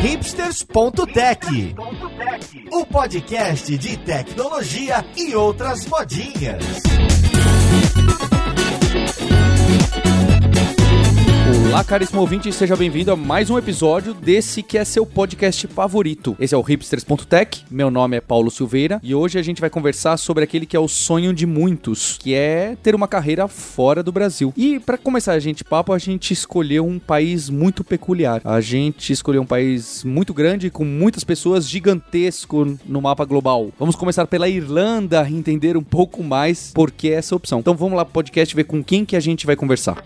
hipsters.tech, o podcast de tecnologia e outras modinhas. Olá, caríssimo ouvinte, seja bem-vindo a mais um episódio desse que é seu podcast favorito. Esse é o hipsters.tech, meu nome é Paulo Silveira e hoje a gente vai conversar sobre aquele que é o sonho de muitos, que é ter uma carreira fora do Brasil. E para começar a gente escolheu um país muito peculiar. A gente escolheu um país muito grande, com muitas pessoas, gigantesco no mapa global. Vamos começar pela Irlanda e entender um pouco mais por que essa opção. Então vamos lá pro podcast ver com quem que a gente vai conversar.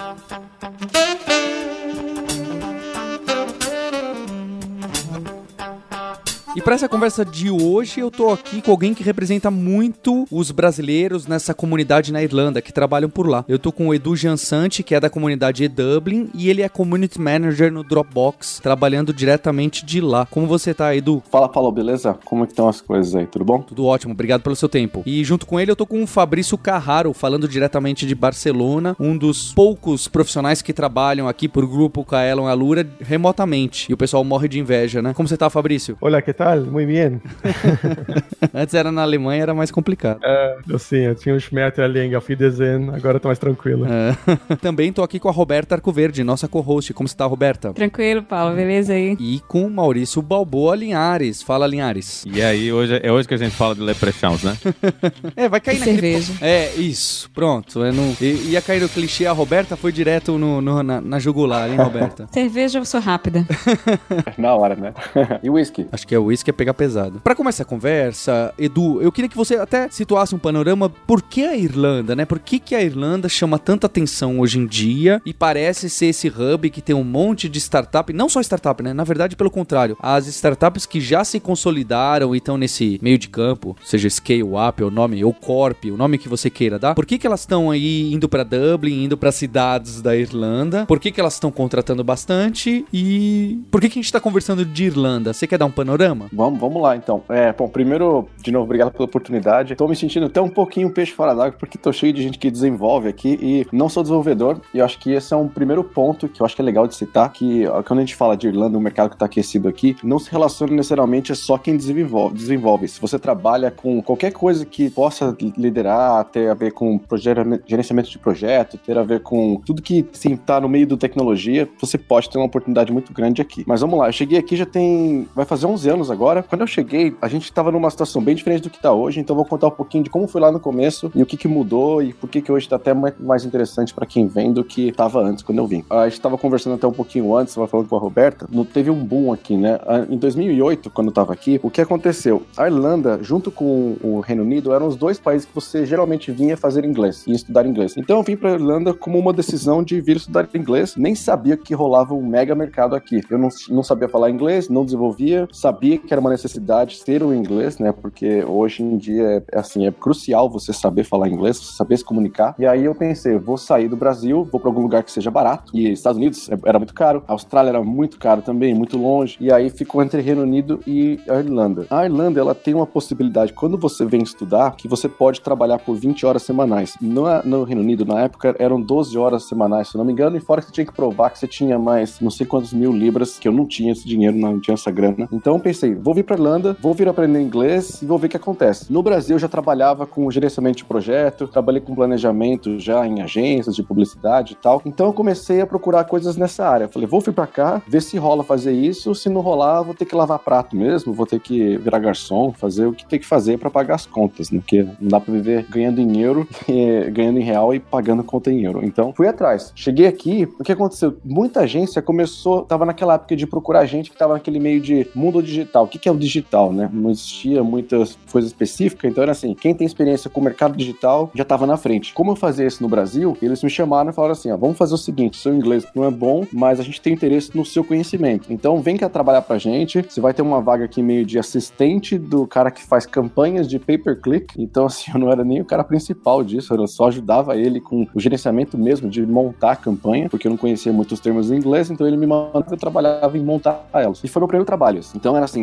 E para essa conversa de hoje, eu tô aqui com alguém que representa muito os brasileiros nessa comunidade na Irlanda, que trabalham por lá. Eu tô com o Edu Jansante, que é da comunidade eDublin, e ele é Community Manager no Dropbox, trabalhando diretamente de lá. Como você tá, Edu? Fala, Paulo, beleza? Como é que estão as coisas aí? Tudo bom? Tudo ótimo, obrigado pelo seu tempo. E junto com ele eu tô com o Fabrício Carraro, falando diretamente de Barcelona, um dos poucos profissionais que trabalham aqui por grupo Kaelon Alura remotamente. E o pessoal morre de inveja, né? Como você tá, Fabrício? Olá, que tal? Muito bem. Antes era na Alemanha, era mais complicado. Eu tinha um Schmerz ali em Auf Wiedersehen, agora tô mais tranquilo. Também tô aqui com a Roberta Arcoverde, nossa co-host. Como você tá, Roberta? Tranquilo, Paulo, beleza aí? E com o Maurício Balboa Linhares. Fala, Linhares. E aí, hoje que a gente fala de Leprechauns, né? Vai cair naquele... cerveja. Isso, pronto. Ia cair no clichê, a Roberta foi direto na jugular, hein, Roberta? Cerveja, eu sou rápida. Na hora, né? E whisky? Acho que é o whisky, é pegar pesado. Pra começar a conversa, Edu, eu queria que você até situasse um panorama, por que a Irlanda, né? Por que a Irlanda chama tanta atenção hoje em dia e parece ser esse hub que tem um monte de startup, não só startup, né? Na verdade, pelo contrário, as startups que já se consolidaram e estão nesse meio de campo, seja Scale Up, o nome, ou Corp, o nome que você queira dar, por que elas estão aí indo pra Dublin, indo pra cidades da Irlanda? Por que elas estão contratando bastante? E por que a gente tá conversando de Irlanda? Você quer dar um panorama? Vamos lá, então. Bom, primeiro, de novo, obrigado pela oportunidade. Tô me sentindo até um pouquinho peixe fora d'água, porque tô cheio de gente que desenvolve aqui e não sou desenvolvedor, e eu acho que esse é um primeiro ponto que eu acho que é legal de citar, que quando a gente fala de Irlanda, um mercado que tá aquecido aqui, não se relaciona necessariamente a só quem desenvolve. Se você trabalha com qualquer coisa que possa liderar, ter a ver com gerenciamento de projeto, ter a ver com tudo que, sim, tá no meio da tecnologia, você pode ter uma oportunidade muito grande aqui. Mas vamos lá, eu cheguei aqui vai fazer 11 anos agora. Quando eu cheguei, a gente estava numa situação bem diferente do que está hoje, então eu vou contar um pouquinho de como foi lá no começo e o que mudou e por que hoje está até mais interessante para quem vem do que estava antes, quando eu vim. A gente estava conversando até um pouquinho antes, estava falando com a Roberta, teve um boom aqui, né? Em 2008, quando eu estava aqui, o que aconteceu? A Irlanda, junto com o Reino Unido, eram os dois países que você geralmente vinha fazer inglês e estudar inglês. Então eu vim para a Irlanda como uma decisão de vir estudar inglês, nem sabia que rolava um mega mercado aqui. Eu não sabia falar inglês, não desenvolvia, sabia que era uma necessidade ter o inglês, né? Porque hoje em dia é crucial você saber falar inglês, você saber se comunicar. E aí eu pensei, vou sair do Brasil, vou para algum lugar que seja barato. E Estados Unidos era muito caro, a Austrália era muito caro também, muito longe. E aí ficou entre Reino Unido e a Irlanda. A Irlanda, ela tem uma possibilidade, quando você vem estudar, que você pode trabalhar por 20 horas semanais. No Reino Unido, na época, eram 12 horas semanais, se não me engano, e fora que você tinha que provar que você tinha mais não sei quantos mil libras, que eu não tinha esse dinheiro, não tinha essa grana. Então eu pensei, vou vir pra Irlanda, vou vir aprender inglês e vou ver o que acontece. No Brasil eu já trabalhava com gerenciamento de projeto, trabalhei com planejamento já em agências de publicidade e tal. Então eu comecei a procurar coisas nessa área. Falei, vou vir pra cá, ver se rola fazer isso. Se não rolar, vou ter que lavar prato mesmo, vou ter que virar garçom, fazer o que tem que fazer pra pagar as contas, né? Porque não dá pra viver ganhando em euro, ganhando em real e pagando conta em euro. Então fui atrás. Cheguei aqui, o que aconteceu? Muita agência tava naquela época de procurar gente que tava naquele meio de mundo digital. O que é o digital, né? Não existia muita coisa específica, então era assim, quem tem experiência com o mercado digital já estava na frente. Como eu fazia isso no Brasil, eles me chamaram e falaram assim, vamos fazer o seguinte, seu inglês não é bom, mas a gente tem interesse no seu conhecimento. Então vem cá trabalhar pra gente, você vai ter uma vaga aqui meio de assistente do cara que faz campanhas de pay-per-click, então assim, eu não era nem o cara principal disso, eu só ajudava ele com o gerenciamento mesmo de montar a campanha, porque eu não conhecia muitos termos em inglês, então ele me mandava, eu trabalhava em montar elas. E foi meu primeiro trabalho. Então era assim,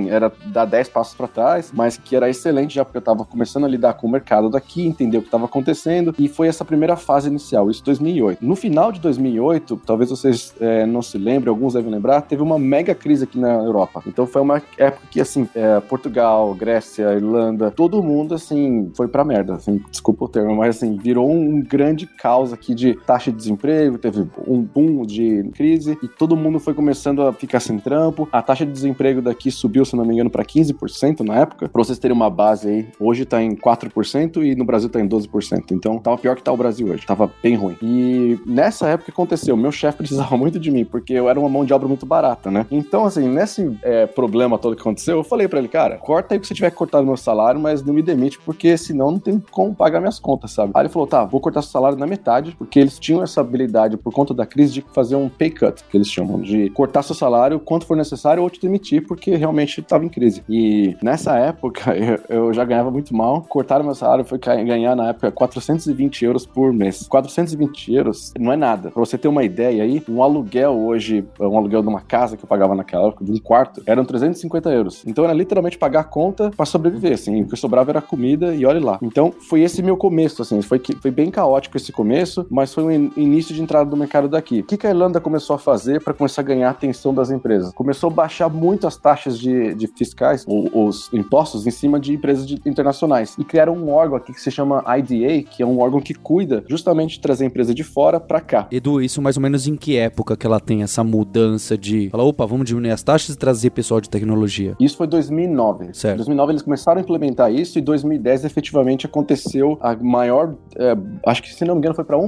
assim, era dar 10 passos para trás, mas que era excelente já porque eu tava começando a lidar com o mercado daqui, entender o que estava acontecendo, e foi essa primeira fase inicial, isso em 2008. No final de 2008, talvez vocês não se lembrem, alguns devem lembrar, teve uma mega crise aqui na Europa. Então foi uma época que, assim, Portugal, Grécia, Irlanda, todo mundo, assim, foi pra merda, assim, desculpa o termo, mas, assim, virou um grande caos aqui de taxa de desemprego, teve um boom de crise, e todo mundo foi começando a ficar sem trampo. A taxa de desemprego daqui subiu, se não me engano, pra 15% na época. Pra vocês terem uma base aí, hoje tá em 4% e no Brasil tá em 12%. Então, tava pior que tá o Brasil hoje. Tava bem ruim. E nessa época aconteceu, meu chefe precisava muito de mim, porque eu era uma mão de obra muito barata, né? Então, assim, nesse problema todo que aconteceu, eu falei pra ele, cara, corta aí o que você tiver que cortar no meu salário, mas não me demite, porque senão não tem como pagar minhas contas, sabe? Aí ele falou, tá, vou cortar seu salário na metade, porque eles tinham essa habilidade, por conta da crise, de fazer um pay cut, que eles chamam, de cortar seu salário quanto for necessário ou te demitir, porque realmente tava em crise. E nessa época, eu já ganhava muito mal, cortaram meu salário, foi ganhar na época 420 euros por mês. 420 euros não é nada. Pra você ter uma ideia aí, um aluguel hoje, um aluguel de uma casa que eu pagava naquela época, de um quarto, eram 350 euros. Então era literalmente pagar a conta pra sobreviver, assim. O que sobrava era comida e olha lá. Então foi esse meu começo, assim. Foi bem caótico esse começo, mas foi um início de entrada do mercado daqui. O que a Irlanda começou a fazer pra começar a ganhar a atenção das empresas? Começou a baixar muito as taxas de fiscais, os impostos em cima de empresas internacionais. E criaram um órgão aqui que se chama IDA, que é um órgão que cuida justamente de trazer a empresa de fora pra cá. Edu, isso mais ou menos em que época que ela tem essa mudança de falar, opa, vamos diminuir as taxas e trazer pessoal de tecnologia? Isso foi 2009. Em 2009 eles começaram a implementar isso e em 2010 efetivamente aconteceu a maior, acho que se não me engano foi para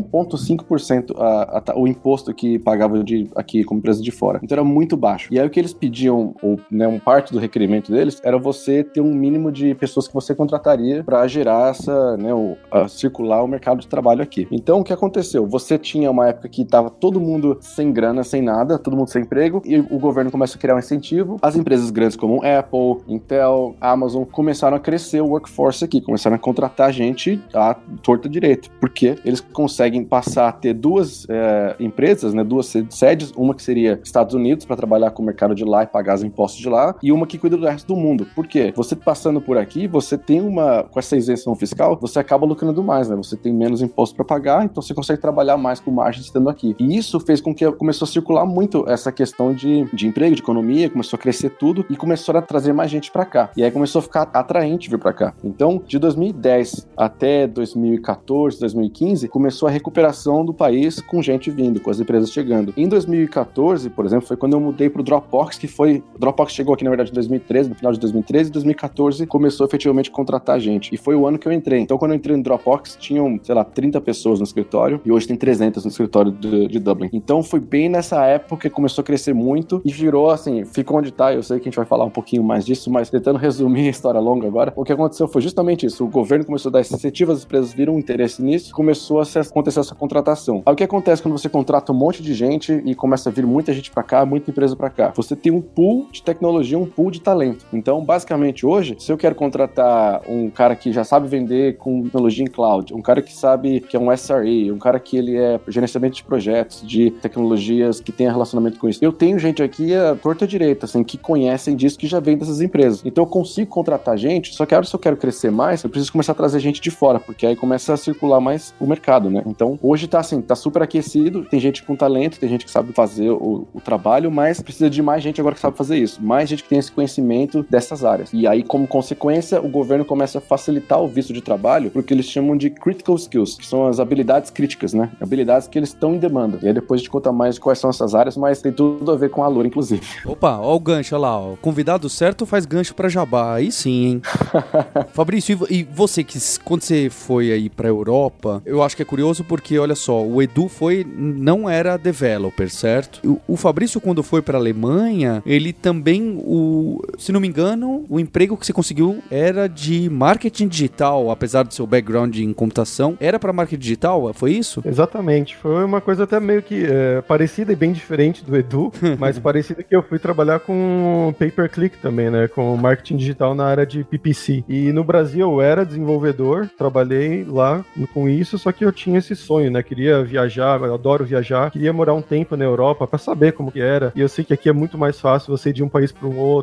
1,5% o imposto que pagava aqui como empresa de fora. Então era muito baixo. E aí o que eles pediam, ou né, parte do requerimento deles, era você ter um mínimo de pessoas que você contrataria para gerar essa, né, circular o mercado de trabalho aqui. Então o que aconteceu? Você tinha uma época que tava todo mundo sem grana, sem nada, todo mundo sem emprego, e o governo começa a criar um incentivo. As empresas grandes como Apple, Intel, Amazon começaram a crescer o workforce aqui, começaram a contratar gente à torta direito, porque eles conseguem passar a ter duas empresas, né, duas sedes, uma que seria Estados Unidos para trabalhar com o mercado de lá e pagar os impostos de lá, e uma que cuida do resto do mundo. Por quê? Você passando por aqui, você tem com essa isenção fiscal, você acaba lucrando mais, né? Você tem menos imposto para pagar, então você consegue trabalhar mais com margem estando aqui. E isso fez com que começou a circular muito essa questão de emprego, de economia, começou a crescer tudo e começou a trazer mais gente para cá. E aí começou a ficar atraente vir para cá. Então, de 2010 até 2014, 2015, começou a recuperação do país com gente vindo, com as empresas chegando. Em 2014, por exemplo, foi quando eu mudei pro Dropbox, o Dropbox chegou aqui, na verdade, em 2013, no final de 2013, e 2014 começou efetivamente a contratar gente. E foi o ano que eu entrei. Então, quando eu entrei no Dropbox, tinham, sei lá, 30 pessoas no escritório, e hoje tem 300 no escritório de Dublin. Então, foi bem nessa época que começou a crescer muito e virou, assim, ficou onde tá. Eu sei que a gente vai falar um pouquinho mais disso, mas tentando resumir a história longa agora, o que aconteceu foi justamente isso. O governo começou a dar esse incentivo, as empresas viram um interesse nisso, começou a acontecer essa contratação. Aí o que acontece quando você contrata um monte de gente e começa a vir muita gente pra cá, muita empresa pra cá? Você tem um pool de tecnologia, um pool de talento. Então, basicamente, hoje, se eu quero contratar um cara que já sabe vender com tecnologia em cloud, um cara que sabe que é um SRE, um cara que ele é gerenciamento de projetos, de tecnologias que tem relacionamento com isso. Eu tenho gente aqui à torta direita, assim, que conhecem disso, que já vem dessas empresas. Então eu consigo contratar gente, só que se eu quero crescer mais, eu preciso começar a trazer gente de fora, porque aí começa a circular mais o mercado, né? Então, hoje tá assim, tá super aquecido, tem gente com talento, tem gente que sabe fazer o trabalho, mas precisa de mais gente agora que sabe fazer isso, mais gente que tem esse conhecimento dessas áreas. E aí, como consequência, o governo começa a facilitar o visto de trabalho, porque eles chamam de critical skills, que são as habilidades críticas, né? Habilidades que eles estão em demanda. E aí depois a gente conta mais quais são essas áreas, mas tem tudo a ver com a Alura, inclusive. Opa, ó o gancho, olha lá, ó. Convidado certo faz gancho pra jabá, aí sim, hein? Fabrício, e você que, quando você foi aí pra Europa, eu acho que é curioso porque, olha só, o Edu não era developer, certo? O Fabrício, quando foi pra Alemanha, ele também, se não me engano, o emprego que você conseguiu era de marketing digital, apesar do seu background em computação, era pra marketing digital, foi isso? Exatamente, foi uma coisa até meio que parecida e bem diferente do Edu, mas parecida que eu fui trabalhar com pay-per-click também, né, com marketing digital na área de PPC. E no Brasil eu era desenvolvedor, trabalhei lá com isso, só que eu tinha esse sonho, né, queria viajar, eu adoro viajar, queria morar um tempo na Europa pra saber como que era, e eu sei que aqui é muito mais fácil você ir de um país para um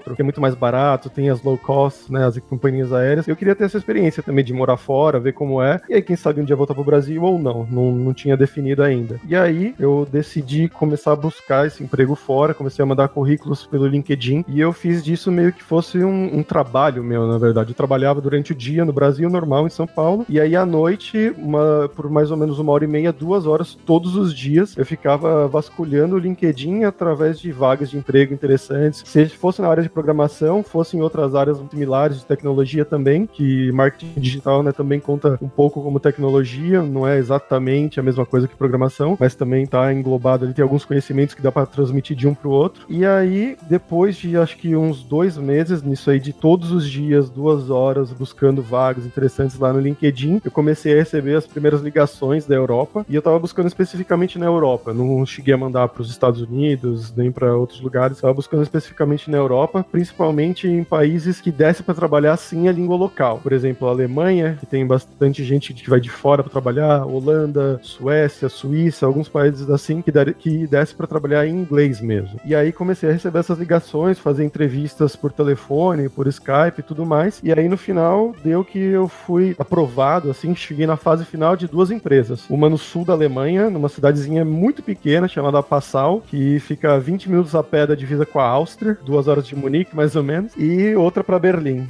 outro, que é muito mais barato, tem as low cost, né, as companhias aéreas. Eu queria ter essa experiência também de morar fora, ver como é, e aí quem sabe um dia voltar pro Brasil ou não tinha definido ainda. E aí eu decidi começar a buscar esse emprego fora, comecei a mandar currículos pelo LinkedIn, e eu fiz disso meio que fosse um trabalho meu, na verdade. Eu trabalhava durante o dia no Brasil, normal, em São Paulo, e aí à noite, por mais ou menos 1h30, 2 horas, todos os dias, eu ficava vasculhando o LinkedIn através de vagas de emprego interessantes, se fosse na área de programação, fosse em outras áreas similares de tecnologia também, que marketing digital, né, também conta um pouco como tecnologia, não é exatamente a mesma coisa que programação, mas também está englobado ali, tem alguns conhecimentos que dá para transmitir de um para o outro. E aí, depois de acho que uns 2 meses nisso aí, de todos os dias, 2 horas, buscando vagas interessantes lá no LinkedIn, eu comecei a receber as primeiras ligações da Europa, e eu estava buscando especificamente na Europa, não cheguei a mandar para os Estados Unidos, nem para outros lugares, estava buscando especificamente na Europa, principalmente em países que desse para trabalhar sim a língua local. Por exemplo, a Alemanha, que tem bastante gente que vai de fora para trabalhar, Holanda, Suécia, Suíça, alguns países assim que desse para trabalhar em inglês mesmo. E aí comecei a receber essas ligações, fazer entrevistas por telefone, por Skype e tudo mais. E aí no final deu que eu fui aprovado, assim, cheguei na fase final de 2 empresas. Uma no sul da Alemanha, numa cidadezinha muito pequena chamada Passau, que fica a 20 minutos a pé da divisa com a Áustria, 2 horas de Munique mais ou menos, e outra para Berlim,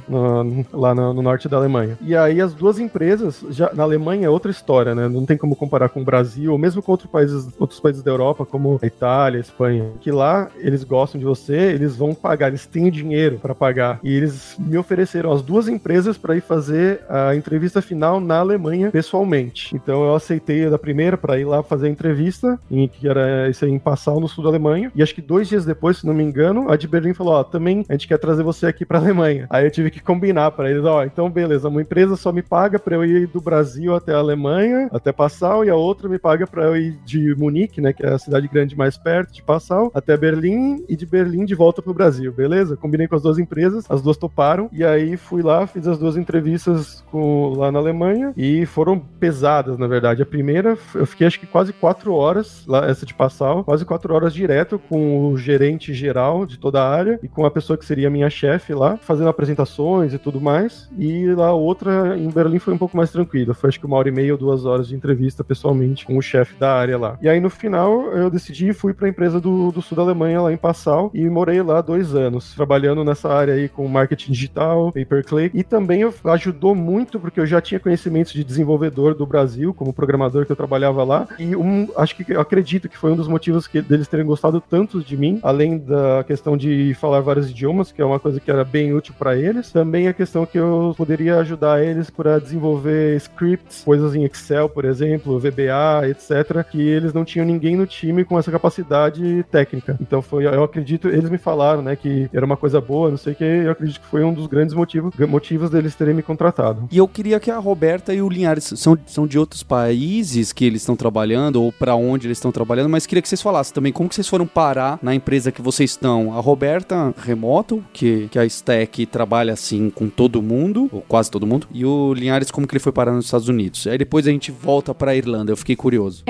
lá no norte da Alemanha. E aí as 2 empresas, já na Alemanha é outra história, né? Não tem como comparar com o Brasil, ou mesmo com outros países da Europa, como a Itália, a Espanha, que lá eles gostam de você, eles vão pagar, eles têm dinheiro para pagar. E eles me ofereceram as 2 empresas para ir fazer a entrevista final na Alemanha pessoalmente. Então eu aceitei a da primeira para ir lá fazer a entrevista, que era isso aí em Passau, no sul da Alemanha. E acho que 2 dias depois, se não me engano, a de Berlim falou: ó, também a gente quer trazer você aqui pra Alemanha. Aí eu tive que combinar para eles: ó, então beleza, uma empresa só me paga para eu ir do Brasil até a Alemanha, até Passau, e a outra me paga para eu ir de Munique, né, que é a cidade grande mais perto de Passau, até Berlim, e de Berlim de volta pro Brasil, beleza? Combinei com as 2 empresas, as 2 toparam, e aí fui lá, fiz as 2 entrevistas lá na Alemanha, e foram pesadas, na verdade. A primeira, eu fiquei acho que quase 4 horas, lá, essa de Passau, quase 4 horas direto com o gerente geral de toda a área, e com a pessoa que seria minha chefe lá, fazendo apresentações e tudo mais, e lá a outra em Berlim foi um pouco mais tranquila, foi acho que 1h30 ou 2 horas de entrevista pessoalmente com o chefe da área lá. E aí no final eu decidi e fui pra empresa do sul da Alemanha, lá em Passau, e morei lá 2 anos, trabalhando nessa área aí com marketing digital, pay-per-click, e também ajudou muito porque eu já tinha conhecimentos de desenvolvedor do Brasil, como programador que eu trabalhava lá, e eu acredito que foi um dos motivos deles terem gostado tanto de mim, além da questão de falar vários idiomas, que é uma coisa que era bem útil para eles, também a questão que eu poderia ajudar eles para desenvolver scripts, coisas em Excel, por exemplo, VBA, etc., que eles não tinham ninguém no time com essa capacidade técnica. Então eu acredito, eles me falaram, né, que era uma coisa boa, não sei o que, eu acredito que foi um dos grandes motivos deles terem me contratado. E eu queria que a Roberta e o Linhares são de outros países que eles estão trabalhando, ou para onde eles estão trabalhando, mas queria que vocês falassem também como que vocês foram parar na empresa que vocês estão. A Roberta, remoto, que a Stack trabalha assim com todo mundo, ou quase todo mundo, e o Linhares, como que ele foi parar nos Estados Unidos. Aí depois a gente volta pra Irlanda, eu fiquei curioso.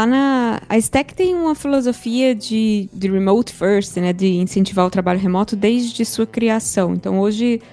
Lá a Stack tem uma filosofia de remote first, né, de incentivar o trabalho remoto desde sua criação. Então hoje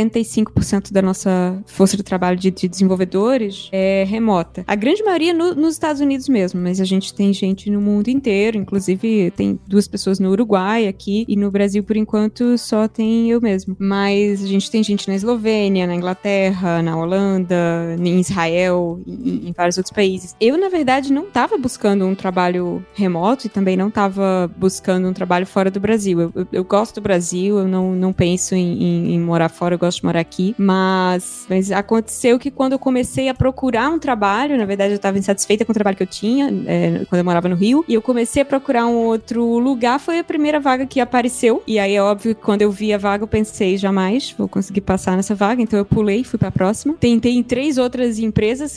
75% da nossa força de trabalho de desenvolvedores é remota. A grande maioria nos Estados Unidos mesmo, mas a gente tem gente no mundo inteiro, inclusive tem 2 pessoas no Uruguai aqui, e no Brasil por enquanto só tem eu mesmo. Mas a gente tem gente na Eslovênia, na Inglaterra, na Holanda, em Israel, em vários outros países. Eu, na verdade, não estava buscando um trabalho remoto e também não estava buscando um trabalho fora do Brasil. Eu gosto do Brasil, eu não penso em morar fora, eu gosto de morar aqui, mas aconteceu que quando eu comecei a procurar um trabalho, na verdade eu estava insatisfeita com o trabalho que eu tinha, quando eu morava no Rio, e eu comecei a procurar um outro lugar, foi a primeira vaga que apareceu, e aí é óbvio que quando eu vi a vaga eu pensei, jamais vou conseguir passar nessa vaga, então eu pulei e fui pra próxima. Tentei em 3 outras empresas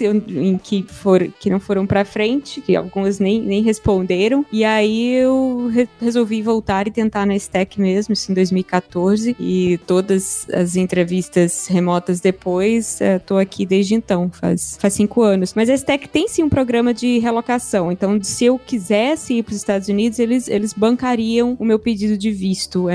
que não foram pra frente, que algumas nem responderam, e aí eu resolvi voltar e tentar na Stack mesmo, isso em 2014, e todas as entrevistas remotas depois, tô aqui desde então, faz 5 anos. Mas a Stack tem sim um programa de relocação, então se eu quisesse ir pros Estados Unidos, eles bancariam o meu pedido de visto. É uma coisa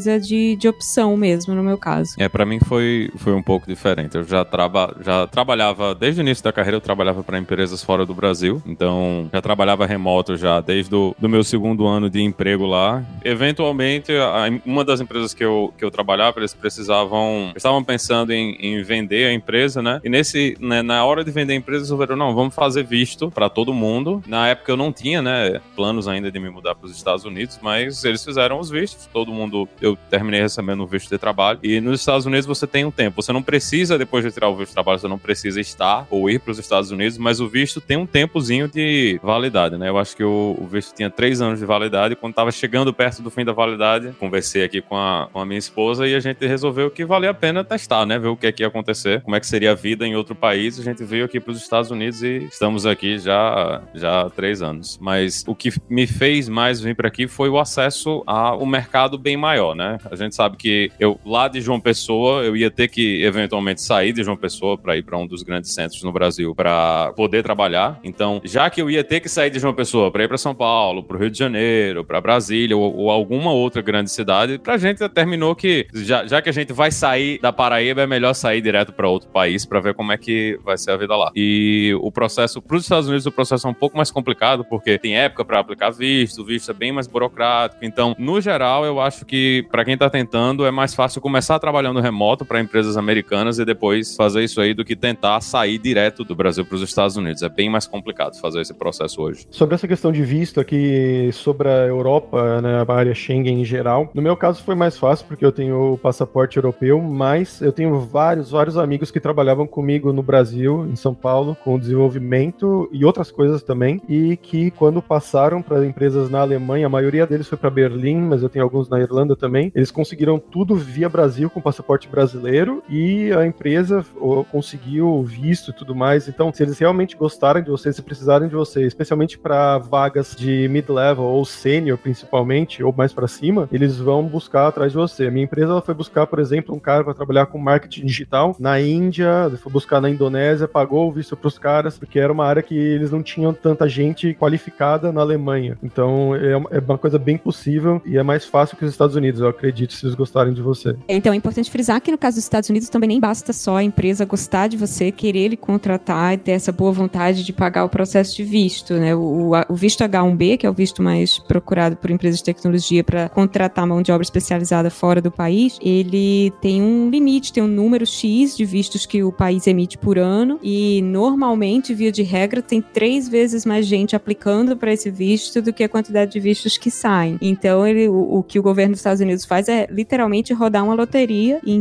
coisa de opção mesmo, no meu caso. Pra mim foi um pouco diferente. Eu já trabalhava, desde o início da carreira, eu trabalhava para empresas fora do Brasil. Então, já trabalhava remoto já desde o do meu segundo ano de emprego lá. Eventualmente, uma das empresas que eu trabalhava, eles estavam pensando em vender a empresa, né? E na hora de vender a empresa, eles resolveram, não, vamos fazer visto para todo mundo. Na época eu não tinha, né, planos ainda de me mudar para os Estados Unidos, mas eles fizeram os vistos. Todo mundo, eu terminei recebendo um visto de trabalho. E nos Estados Unidos você tem um tempo. Você não precisa, depois de tirar o visto de trabalho, você não precisa estar ou ir para os Estados Unidos, mas o visto tem um tempozinho de validade, né? Eu acho que o visto tinha 3 anos de validade. Quando estava chegando perto do fim da validade, conversei aqui com a minha esposa e a gente resolveu que valia a pena testar, né? Ver o que é que ia acontecer, como é que seria a vida em outro país. A gente veio aqui para os Estados Unidos e estamos aqui já há 3 anos. Mas o que me fez mais vir para aqui foi o acesso ao mercado bem maior, né? A gente sabe que lá de João Pessoa, eu ia ter que eventualmente sair de João Pessoa para ir para um dos grandes centros no Brasil para poder trabalhar. Então, já que eu ia ter que sair de João Pessoa para ir para São Paulo, para o Rio de Janeiro, para Brasília ou alguma outra grande cidade, pra gente terminou que, já que a gente vai sair da Paraíba, é melhor sair direto para outro país para ver como é que vai ser a vida lá. E o processo, para os Estados Unidos, o processo é um pouco mais complicado, porque tem época para aplicar visto, o visto é bem mais burocrático. Então, no geral, eu acho que para quem tá tentando, é mais fácil começar trabalhando remoto para empresas americanas e depois fazer isso aí do que tentar sair direto do Brasil para os Estados Unidos. É bem mais complicado fazer esse processo hoje. Sobre essa questão de visto aqui, sobre a Europa, né, a área Schengen em geral, no meu caso foi mais fácil porque eu tenho o passaporte europeu, mas eu tenho vários amigos que trabalhavam comigo no Brasil, em São Paulo, com desenvolvimento e outras coisas também, e que quando passaram para empresas na Alemanha, a maioria deles foi para Berlim, mas eu tenho alguns na Irlanda também, eles conseguiram tudo via Brasil, com passaporte brasileiro, e a empresa conseguiu o visto e tudo mais. Então, se eles realmente gostarem de você, se precisarem de você, especialmente para vagas de mid-level ou sênior, principalmente, ou mais para cima, eles vão buscar atrás de você. A minha empresa ela foi buscar, por exemplo, um cara para trabalhar com marketing digital na Índia, foi buscar na Indonésia, pagou o visto para os caras, porque era uma área que eles não tinham tanta gente qualificada na Alemanha. Então, é uma coisa bem possível e é mais fácil que os Estados Unidos, eu acredito, se eles gostarem de você. Então, é importante frisar que no caso dos Estados Unidos também nem basta só a empresa gostar de você, querer lhe contratar e ter essa boa vontade de pagar o processo de visto, né? O visto H1B, que é o visto mais procurado por empresas de tecnologia para contratar mão de obra especializada fora do país, ele tem um limite, tem um número X de vistos que o país emite por ano e normalmente, via de regra, tem 3 vezes mais gente aplicando para esse visto do que a quantidade de vistos que saem. Então, o que o governo dos Estados Unidos faz é literalmente rodar uma loteria em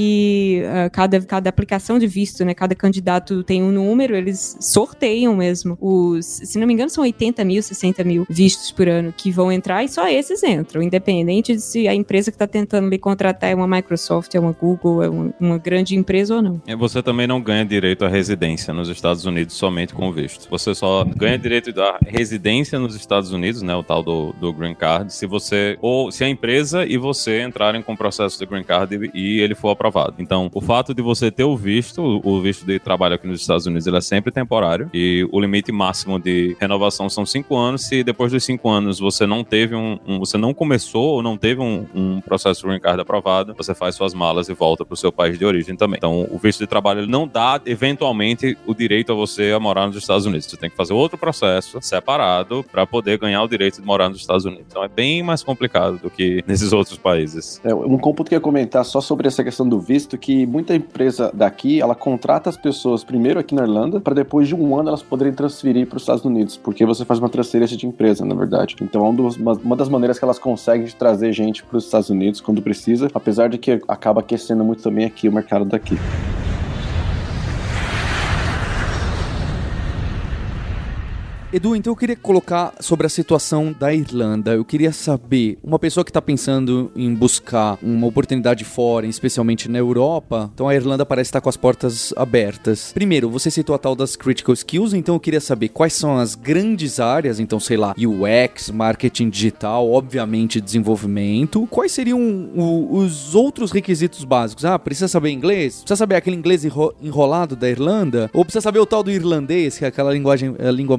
que cada aplicação de visto, né, cada candidato tem um número, eles sorteiam mesmo. Se não me engano, são 80 mil, 60 mil vistos por ano que vão entrar e só esses entram, independente de se a empresa que está tentando lhe contratar é uma Microsoft, é uma Google, é uma grande empresa ou não. E você também não ganha direito à residência nos Estados Unidos somente com o visto. Você só ganha direito da residência nos Estados Unidos, né, o tal do Green Card, se a empresa e você entrarem com o processo de Green Card e ele for aprovado. Então, o fato de você ter o visto de trabalho aqui nos Estados Unidos, ele é sempre temporário e o limite máximo de renovação são 5 anos. Se depois dos 5 anos você não teve você não começou ou não teve um processo de Green Card aprovado, você faz suas malas e volta para o seu país de origem também. Então, o visto de trabalho ele não dá, eventualmente, o direito a você a morar nos Estados Unidos. Você tem que fazer outro processo separado para poder ganhar o direito de morar nos Estados Unidos. Então, é bem mais complicado do que nesses outros países. Um ponto que eu ia comentar só sobre essa questão do visto, que muita empresa daqui, ela contrata as pessoas primeiro aqui na Irlanda, para depois de 1 ano elas poderem transferir para os Estados Unidos, porque você faz uma transferência de empresa, na verdade. Então, uma das maneiras que elas conseguem de trazer gente para os Estados Unidos quando precisa, apesar de que acaba aquecendo muito também aqui o mercado daqui. Edu, então eu queria colocar sobre a situação da Irlanda. Eu queria saber, uma pessoa que está pensando em buscar uma oportunidade fora, especialmente na Europa, então a Irlanda parece estar com as portas abertas. Primeiro, você citou a tal das critical skills, então eu queria saber quais são as grandes áreas, então sei lá, UX, marketing digital, obviamente desenvolvimento. Quais seriam os outros requisitos básicos? Precisa saber inglês? Precisa saber aquele inglês enrolado da Irlanda? Ou precisa saber o tal do irlandês, que é aquela língua maluca?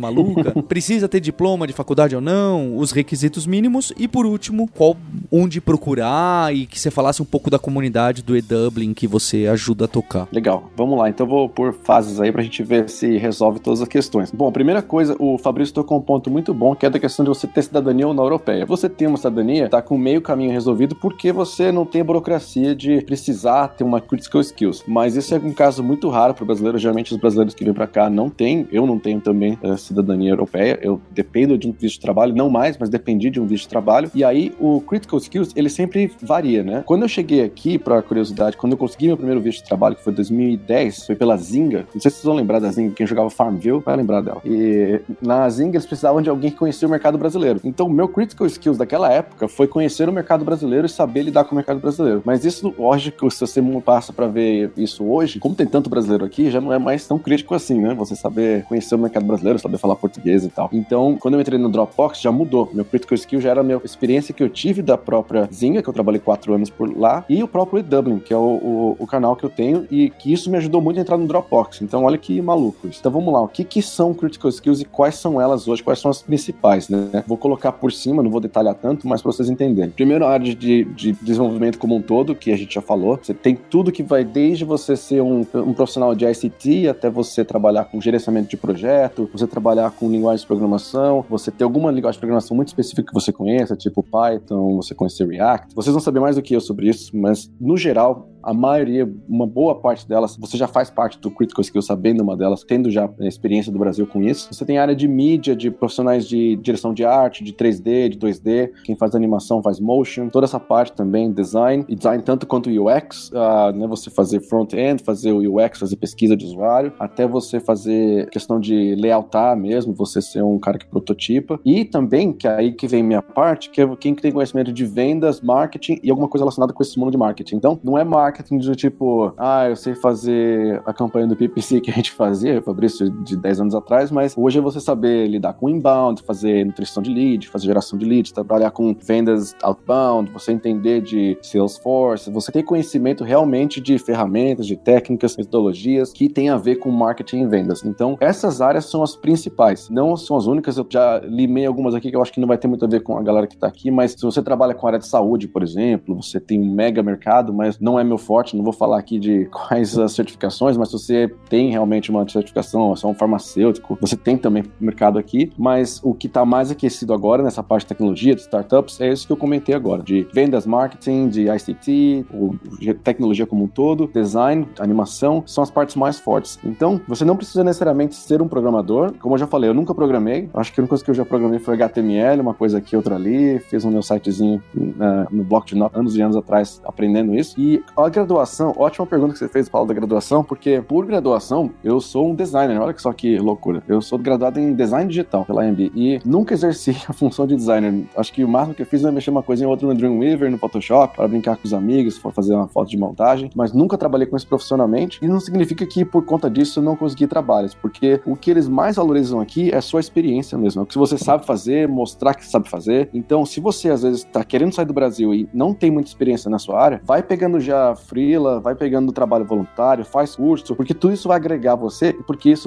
época? Precisa ter diploma de faculdade ou não? Os requisitos mínimos? E por último, onde procurar e que você falasse um pouco da comunidade do eDublin que você ajuda a tocar. Legal, vamos lá. Então eu vou pôr fases aí pra gente ver se resolve todas as questões. Bom, a primeira coisa, o Fabrício tocou um ponto muito bom, que é da questão de você ter cidadania ou não europeia. Você tem uma cidadania, tá com meio caminho resolvido porque você não tem a burocracia de precisar ter uma critical skills. Mas isso é um caso muito raro pro brasileiro. Geralmente os brasileiros que vêm pra cá não têm. Eu não tenho também cidadania europeia. Eu dependo de um visto de trabalho, não mais, mas dependi de um visto de trabalho. E aí o critical skills, ele sempre varia, né? Quando eu cheguei aqui, pra curiosidade, quando eu consegui meu primeiro visto de trabalho, que foi em 2010, foi pela Zynga. Não sei se vocês vão lembrar da Zynga, quem jogava Farmville vai lembrar dela. E na Zynga eles precisavam de alguém que conhecia o mercado brasileiro. Então o meu critical skills daquela época foi conhecer o mercado brasileiro e saber lidar com o mercado brasileiro. Mas isso, lógico, se você passa pra ver isso hoje, como tem tanto brasileiro aqui, já não é mais tão crítico assim, né? Você saber conhecer o mercado brasileiro, saber falar português e tal. Então, quando eu entrei no Dropbox, já mudou. Meu critical skill já era a minha experiência que eu tive da própria Zynga, que eu trabalhei 4 anos por lá, e o próprio eDublin, que é o canal que eu tenho, e que isso me ajudou muito a entrar no Dropbox. Então, olha que maluco isso. Então, vamos lá. O que são critical skills e quais são elas hoje? Quais são as principais, né? Vou colocar por cima, não vou detalhar tanto, mas para vocês entenderem. Primeiro, a área de desenvolvimento como um todo, que a gente já falou. Você tem tudo que vai desde você ser um profissional de ICT até você trabalhar com gerenciamento de projeto, você trabalhar com linguagem de programação, você ter alguma linguagem de programação muito específica que você conheça, tipo Python, você conhecer React. Vocês vão saber mais do que eu sobre isso, mas no geral, a maioria, uma boa parte delas, você já faz parte do Critical Skill sabendo uma delas, tendo já a experiência do Brasil com isso. Você tem a área de mídia, de profissionais de direção de arte, de 3D, de 2D, quem faz animação faz motion, toda essa parte também, design, e design tanto quanto UX, né, você fazer front-end, fazer o UX, fazer pesquisa de usuário, até você fazer questão de layoutar mesmo, você ser um cara que prototipa, e também, que é aí que vem minha parte, que é quem tem conhecimento de vendas, marketing e alguma coisa relacionada com esse mundo de marketing. Então, não é marketing do tipo, eu sei fazer a campanha do PPC que a gente fazia, Fabrício, de 10 anos atrás, mas hoje é você saber lidar com inbound, fazer nutrição de lead, fazer geração de leads, trabalhar com vendas outbound, você entender de Salesforce, você ter conhecimento realmente de ferramentas, de técnicas, metodologias que tem a ver com marketing e vendas. Então, essas áreas são as principais, não são as únicas. Eu já limei algumas aqui que eu acho que não vai ter muito a ver com a galera que tá aqui, mas se você trabalha com a área de saúde, por exemplo, você tem um mega mercado, mas não é meu forte, não vou falar aqui de quais as certificações, mas se você tem realmente uma certificação, você é um farmacêutico, você tem também mercado aqui, mas o que tá mais aquecido agora nessa parte de tecnologia, de startups, é isso que eu comentei agora, de vendas, marketing, de ICT, tecnologia como um todo, design, animação, são as partes mais fortes. Então, você não precisa necessariamente ser um programador, como eu já falei, eu nunca programei, acho que a única coisa que eu já programei foi HTML, uma coisa aqui, outra ali, fiz um meu sitezinho no bloco de notas, anos e anos atrás, aprendendo isso. E a graduação, ótima pergunta que você fez, Paulo, da graduação, porque por graduação, eu sou um designer, olha só que loucura, eu sou graduado em design digital pela AMB e nunca exerci a função de designer, acho que o máximo que eu fiz é mexer uma coisinha ou outra no Dreamweaver, no Photoshop, para brincar com os amigos, for fazer uma foto de montagem, mas nunca trabalhei com isso profissionalmente e não significa que por conta disso eu não consegui trabalhos, porque o que eles mais valorizam aqui é a sua experiência mesmo, é o que você sabe fazer, mostrar que sabe fazer. Então, se você às vezes tá querendo sair do Brasil e não tem muita experiência na sua área, vai pegando já freela, vai pegando trabalho voluntário, faz curso, porque tudo isso vai agregar você, porque isso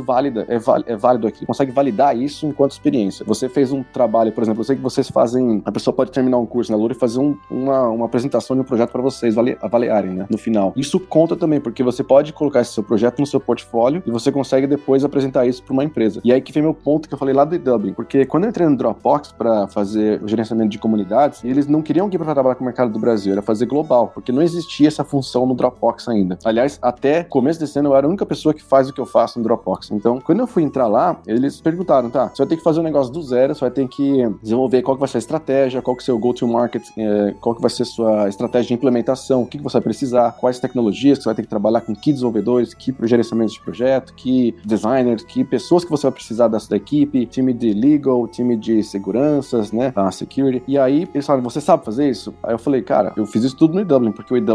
é válido aqui, consegue validar isso enquanto experiência. Você fez um trabalho, por exemplo, eu sei que vocês fazem, a pessoa pode terminar um curso na Lura e fazer uma apresentação de um projeto para vocês avaliarem, né, no final. Isso conta também, porque você pode colocar esse seu projeto no seu portfólio e você consegue depois apresentar isso para uma empresa. E aí que vem meu ponto que eu falei lá do eDublin, porque quando eu entrei no Dropbox para fazer o gerenciamento de comunidades, eles não queriam que para trabalhar com o mercado do Brasil, era fazer global, porque não existia essa função no Dropbox ainda. Aliás, até começo desse ano eu era a única pessoa que faz o que eu faço no Dropbox. Então, quando eu fui entrar lá, eles perguntaram, tá, você vai ter que fazer um negócio do zero, você vai ter que desenvolver qual que vai ser a estratégia, qual que vai ser o go-to-market, qual que vai ser a sua estratégia de implementação, o que você vai precisar, quais tecnologias que você vai ter que trabalhar com, que desenvolvedores, que gerenciamento de projeto, que designers, que pessoas que você vai precisar da equipe, time de legal, time de seguranças, né, security. E aí, eles falaram, você sabe fazer isso? Aí eu falei, cara, eu fiz isso tudo no eDublin, porque o eDublin foi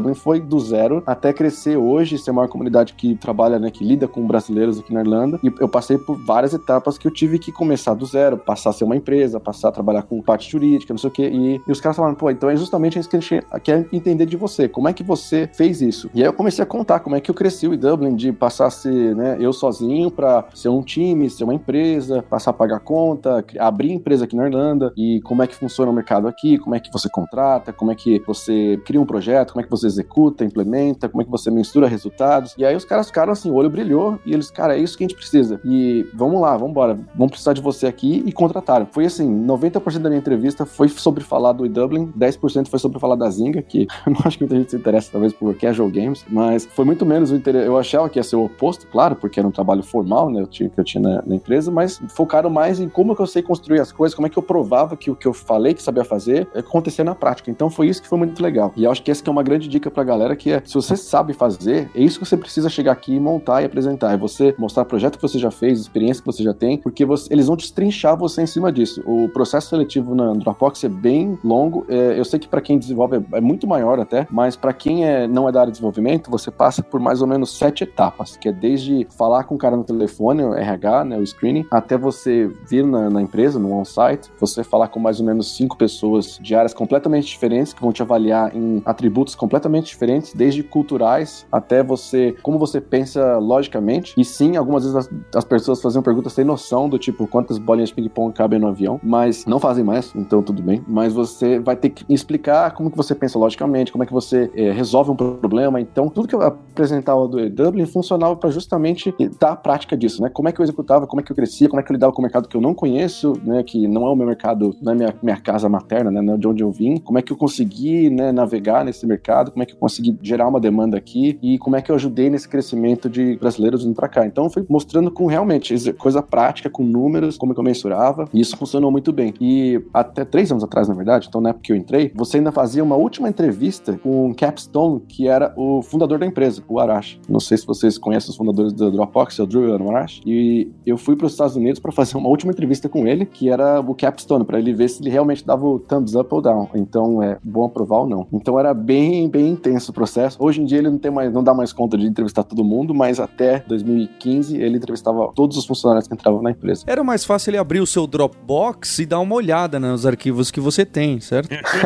do zero até crescer hoje, ser uma comunidade que trabalha, né, que lida com brasileiros aqui na Irlanda. E eu passei por várias etapas que eu tive que começar do zero, passar a ser uma empresa, passar a trabalhar com parte jurídica, não sei o quê. E os caras falaram, pô, então é justamente isso que a gente quer entender de você. Como é que você fez isso? E aí eu comecei a contar como é que eu cresci o eDublin, de passar a ser, né, eu sozinho pra ser um time, ser uma empresa, passar a pagar conta, abrir empresa aqui na Irlanda, e como é que funciona o mercado aqui, como é que você contrata, como é que você cria um projeto, como é que você executa, implementa, como é que você mensura resultados. E aí os caras ficaram assim, o olho brilhou, e eles, cara, é isso que a gente precisa. E vamos lá, vamos embora, vamos precisar de você aqui, e contrataram. Foi assim, 90% da minha entrevista foi sobre falar do eDublin, 10% foi sobre falar da Zynga, que eu não acho que muita gente se interessa, talvez, por casual games, mas foi muito menos o interesse. Eu achava que ia ser o oposto, claro, porque era um trabalho formal, né, que eu tinha na empresa, mas focaram mais em como que eu sei construir as coisas, como é que eu provava que o que eu falei que sabia fazer acontecia na prática. Então foi isso que foi muito legal. E eu acho que essa que é uma grande dica pra galera, que é, se você sabe fazer, é isso que você precisa chegar aqui e montar e apresentar. É você mostrar projeto que você já fez, experiência que você já tem, porque eles vão destrinchar você em cima disso. O processo seletivo na Dropbox é bem longo. Eu sei que pra quem desenvolve é muito maior até, mas pra quem não é da área de desenvolvimento, você passa por mais ou menos 7 etapas, que é desde falar com o cara no telefone, o RH, né, o screening, até você vir na empresa, no on-site, você falar com mais ou menos 5 pessoas de áreas completamente diferentes, que vão te avaliar em atributos completamente diferentes, desde culturais até como você pensa logicamente. E sim, algumas vezes as pessoas faziam perguntas sem noção, do tipo, quantas bolinhas de ping-pong cabem no avião, mas não fazem mais, então tudo bem. Mas você vai ter que explicar como que você pensa logicamente, como é que você resolve um problema. Então, tudo que eu apresentava do eDublin funcionava para justamente dar a prática disso, né? Como é que eu executava, como é que eu crescia, como é que eu lidava com o mercado que eu não conheço, né? Que não é o meu mercado, não é minha casa materna, né? De onde eu vim. Como é que eu consegui, né, navegar nesse mercado, como é que eu consegui gerar uma demanda aqui e como é que eu ajudei nesse crescimento de brasileiros vindo para cá. Então, foi mostrando com realmente coisa prática, com números, como é que eu mensurava, e isso funcionou muito bem. E até 3 anos atrás, na verdade, então na época que eu entrei, você ainda fazia uma última entrevista com o Capstone, que era o fundador da empresa, o Arash. Não sei se vocês conhecem os fundadores da Dropbox, é o Drew e o Arash. E eu fui para os Estados Unidos para fazer uma última entrevista com ele, que era o Capstone, para ele ver se ele realmente dava o thumbs up ou down. Então, é bom aprovar ou não. Então, era bem intenso o processo. Hoje em dia, ele não dá mais conta de entrevistar todo mundo, mas até 2015, ele entrevistava todos os funcionários que entravam na empresa. Era mais fácil ele abrir o seu Dropbox e dar uma olhada nos arquivos que você tem, certo?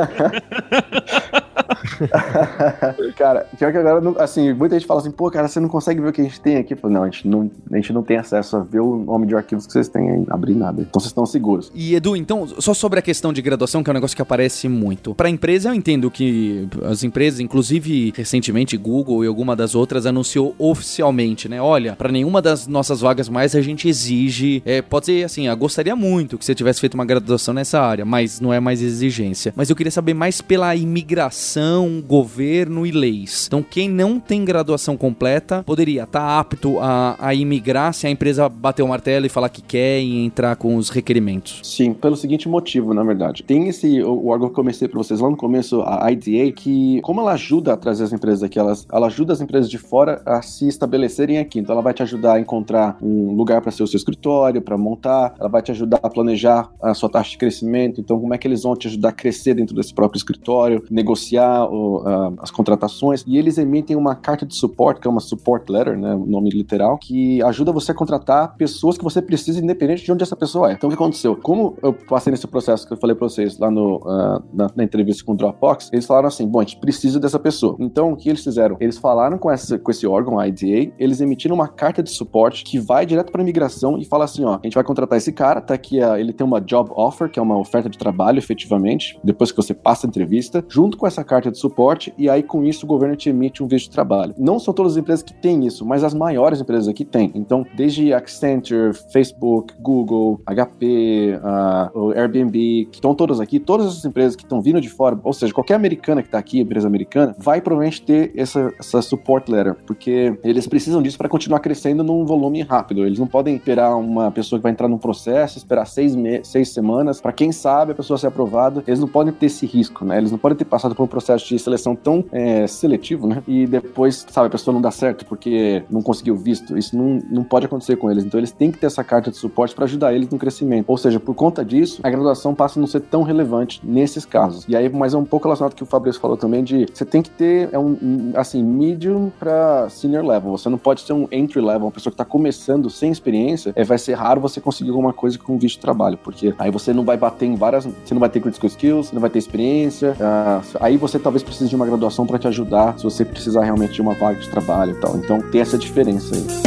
Cara, pior que agora, assim, muita gente fala assim, pô, cara, você não consegue ver o que a gente tem aqui? Não, a gente não tem acesso a ver o nome de arquivos que vocês têm aí, abrir nada. Então vocês estão seguros. E Edu, então, só sobre a questão de graduação, que é um negócio que aparece muito. Pra empresa, eu entendo que as empresas, inclusive recentemente Google e alguma das outras, anunciou oficialmente, né? Olha, pra nenhuma das nossas vagas mais a gente exige, pode ser assim, eu gostaria muito que você tivesse feito uma graduação nessa área, mas não é mais exigência. Mas eu queria saber mais pela imigração, governo e leis. Então, quem não tem graduação completa poderia estar apto a imigrar se a empresa bater o martelo e falar que quer e entrar com os requerimentos. Sim, pelo seguinte motivo, na verdade. Tem o órgão que eu comecei para vocês lá no começo, a IDA, que como ela ajuda a trazer as empresas aqui, ela ajuda as empresas de fora a se estabelecerem aqui. Então, ela vai te ajudar a encontrar um lugar para ser o seu escritório, para montar, ela vai te ajudar a planejar a sua taxa de crescimento. Então, como é que eles vão te ajudar a crescer dentro desse próprio escritório, negociar as contratações, e eles emitem uma carta de suporte, que é uma support letter, né, o nome literal, que ajuda você a contratar pessoas que você precisa, independente de onde essa pessoa é. Então, o que aconteceu? Como eu passei nesse processo que eu falei pra vocês lá na entrevista com o Dropbox, eles falaram assim, bom, a gente precisa dessa pessoa. Então, o que eles fizeram? Eles falaram com esse órgão, a IDA, eles emitiram uma carta de suporte que vai direto pra imigração e fala assim, ó, a gente vai contratar esse cara, tá aqui, ele tem uma job offer, que é uma oferta de trabalho, efetivamente, depois que você passa a entrevista, junto com essa carta de suporte, e aí com isso o governo te emite um visto de trabalho. Não são todas as empresas que têm isso, mas as maiores empresas aqui têm. Então, desde Accenture, Facebook, Google, HP, o Airbnb, que estão todas aqui, todas essas empresas que estão vindo de fora, ou seja, qualquer americana que está aqui, empresa americana, vai provavelmente ter essa support letter, porque eles precisam disso para continuar crescendo num volume rápido. Eles não podem esperar uma pessoa que vai entrar num processo, esperar 6 semanas, para quem sabe a pessoa ser aprovada. Eles não podem ter esse risco, né? Eles não podem ter passado por um processo de seleção tão seletivo, né? E depois, sabe, a pessoa não dá certo porque não conseguiu visto. Isso não pode acontecer com eles. Então eles têm que ter essa carta de suporte para ajudar eles no crescimento. Ou seja, por conta disso, a graduação passa a não ser tão relevante nesses casos. E aí, mas é um pouco relacionado ao que o Fabrício falou também de você tem que ter assim, medium para senior level. Você não pode ser um entry level, uma pessoa que tá começando sem experiência. Vai ser raro você conseguir alguma coisa com visto de trabalho, porque aí você não vai bater em várias, você não vai ter critical skills, você não vai ter experiência. Aí você talvez precise de uma graduação para te ajudar se você precisar realmente de uma vaga de trabalho e tal. Então tem essa diferença aí.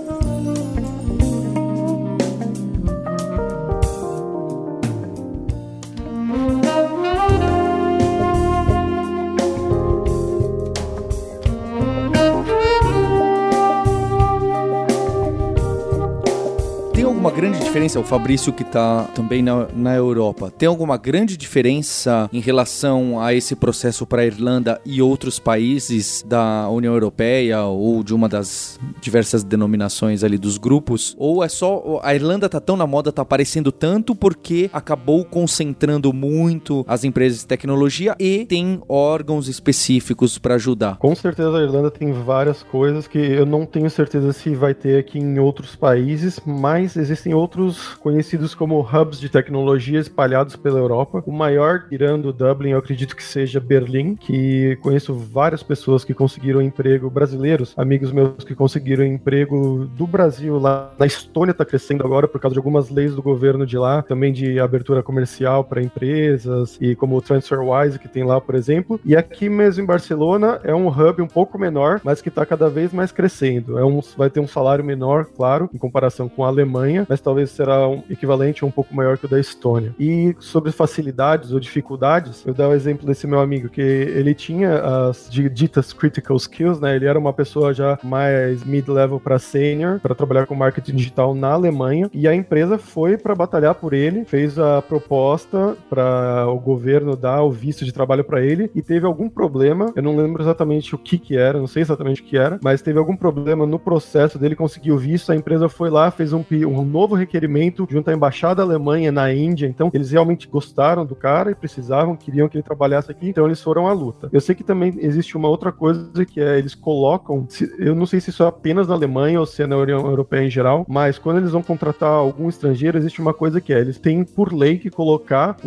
Grande diferença, o Fabrício que está também na Europa, tem alguma grande diferença em relação a esse processo para a Irlanda e outros países da União Europeia ou de uma das diversas denominações ali dos grupos? Ou é só a Irlanda tá tão na moda, tá aparecendo tanto porque acabou concentrando muito as empresas de tecnologia e tem órgãos específicos para ajudar? Com certeza a Irlanda tem várias coisas que eu não tenho certeza se vai ter aqui em outros países, mas existem outros conhecidos como hubs de tecnologia espalhados pela Europa. O maior, tirando Dublin, eu acredito que seja Berlim, que conheço várias pessoas que conseguiram emprego, brasileiros, amigos meus que conseguiram emprego do Brasil lá. Na Estônia está crescendo agora por causa de algumas leis do governo de lá, também de abertura comercial para empresas, e como o TransferWise que tem lá, por exemplo. E aqui mesmo em Barcelona é um hub um pouco menor, mas que está cada vez mais crescendo. Vai ter um salário menor, claro, em comparação com a Alemanha, mas talvez será um equivalente ou um pouco maior que o da Estônia. E sobre facilidades ou dificuldades, eu dou o exemplo desse meu amigo, que ele tinha as ditas critical skills, né? Ele era uma pessoa já mais mid-level para senior, para trabalhar com marketing digital na Alemanha, e a empresa foi para batalhar por ele, fez a proposta para o governo dar o visto de trabalho para ele, e teve algum problema, eu não lembro exatamente o que era, não sei exatamente o que era, mas teve algum problema no processo dele conseguir o visto, a empresa foi lá, fez um novo requerimento junto à embaixada da Alemanha na Índia, então eles realmente gostaram do cara e queriam que ele trabalhasse aqui, então eles foram à luta. Eu sei que também existe uma outra coisa que eles colocam, eu não sei se isso é apenas na Alemanha ou se é na União Europeia em geral, mas quando eles vão contratar algum estrangeiro, existe uma coisa que eles têm por lei que colocar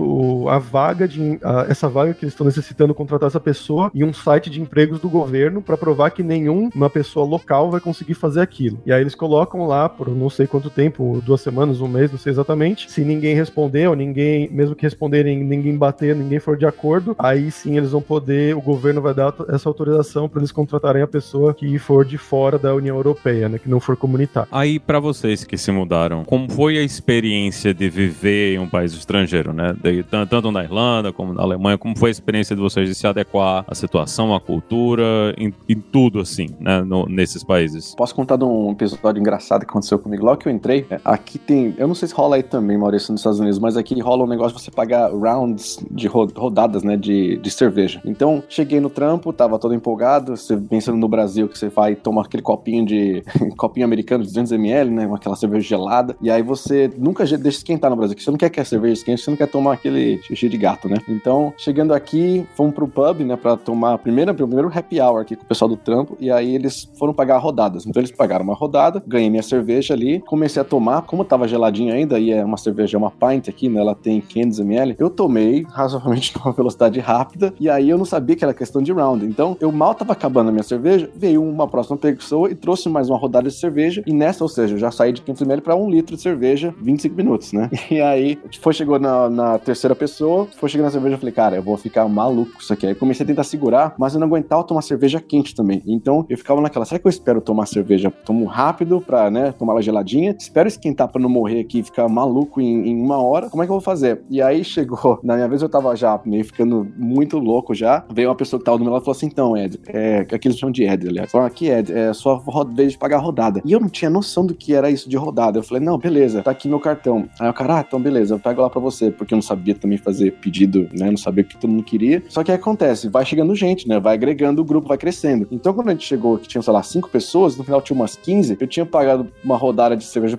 a vaga essa vaga que eles estão necessitando contratar essa pessoa em um site de empregos do governo para provar que nenhuma pessoa local vai conseguir fazer aquilo. E aí eles colocam lá por não sei quanto tempo, 2 semanas, 1 mês, não sei exatamente. Se ninguém responder, ou mesmo que responderem, ninguém bater, ninguém for de acordo, aí sim eles vão poder, o governo vai dar essa autorização para eles contratarem a pessoa que for de fora da União Europeia, né, que não for comunitário. Aí, para vocês que se mudaram, como foi a experiência de viver em um país estrangeiro, né? Tanto na Irlanda como na Alemanha, como foi a experiência de vocês de se adequar à situação, à cultura, em tudo assim, né, nesses países? Posso contar de um episódio engraçado que aconteceu comigo logo que eu entrei? Aqui tem, eu não sei se rola aí também, Maurício, nos Estados Unidos, mas aqui rola um negócio de você pagar rounds de rodadas, né, de cerveja. Então, cheguei no trampo, tava todo empolgado, você pensando no Brasil, que você vai tomar aquele copinho americano de 200ml, né, aquela cerveja gelada, e aí você nunca deixa esquentar no Brasil, porque você não quer que a cerveja esquente, você não quer tomar aquele xixi de gato, né? Então, chegando aqui, fomos pro pub, né, pra tomar primeiro happy hour aqui com o pessoal do trampo, e aí eles foram pagar rodadas. Então, eles pagaram uma rodada, ganhei minha cerveja ali, comecei a tomar, como tava geladinho ainda, e é uma cerveja, uma pint aqui, né, ela tem 500ml, eu tomei razoavelmente numa velocidade rápida, e aí eu não sabia que era questão de round. Então, eu mal tava acabando a minha cerveja, veio uma próxima pessoa e trouxe mais uma rodada de cerveja, e nessa, ou seja, eu já saí de 500ml pra 1 litro de cerveja, 25 minutos, né? E aí, chegou na terceira pessoa, foi chegando na cerveja, eu falei, cara, eu vou ficar maluco com isso aqui. Aí comecei a tentar segurar, mas eu não aguentava tomar cerveja quente também. Então, eu ficava naquela, será que eu espero tomar cerveja, tomo rápido pra, né, tomar ela geladinha, espero esquentar pra não morrer aqui e ficar maluco em 1 hora, como é que eu vou fazer? E aí chegou, na minha vez eu tava já meio ficando muito louco já, veio uma pessoa que tava do meu lado e falou assim, então, Ed, aqui eles chamam de Ed, aliás, falou, aqui, Ed, é sua vez de pagar a rodada. E eu não tinha noção do que era isso de rodada. Eu falei, não, beleza, tá aqui meu cartão. Aí o cara, então beleza, eu pego lá pra você, porque eu não sabia também fazer pedido, né, não sabia o que todo mundo queria. Só que aí acontece, vai chegando gente, né, vai agregando, o grupo vai crescendo. Então quando a gente chegou, que tinha, sei lá, 5 pessoas, no final tinha umas 15, eu tinha pagado uma rodada de cerveja pra 15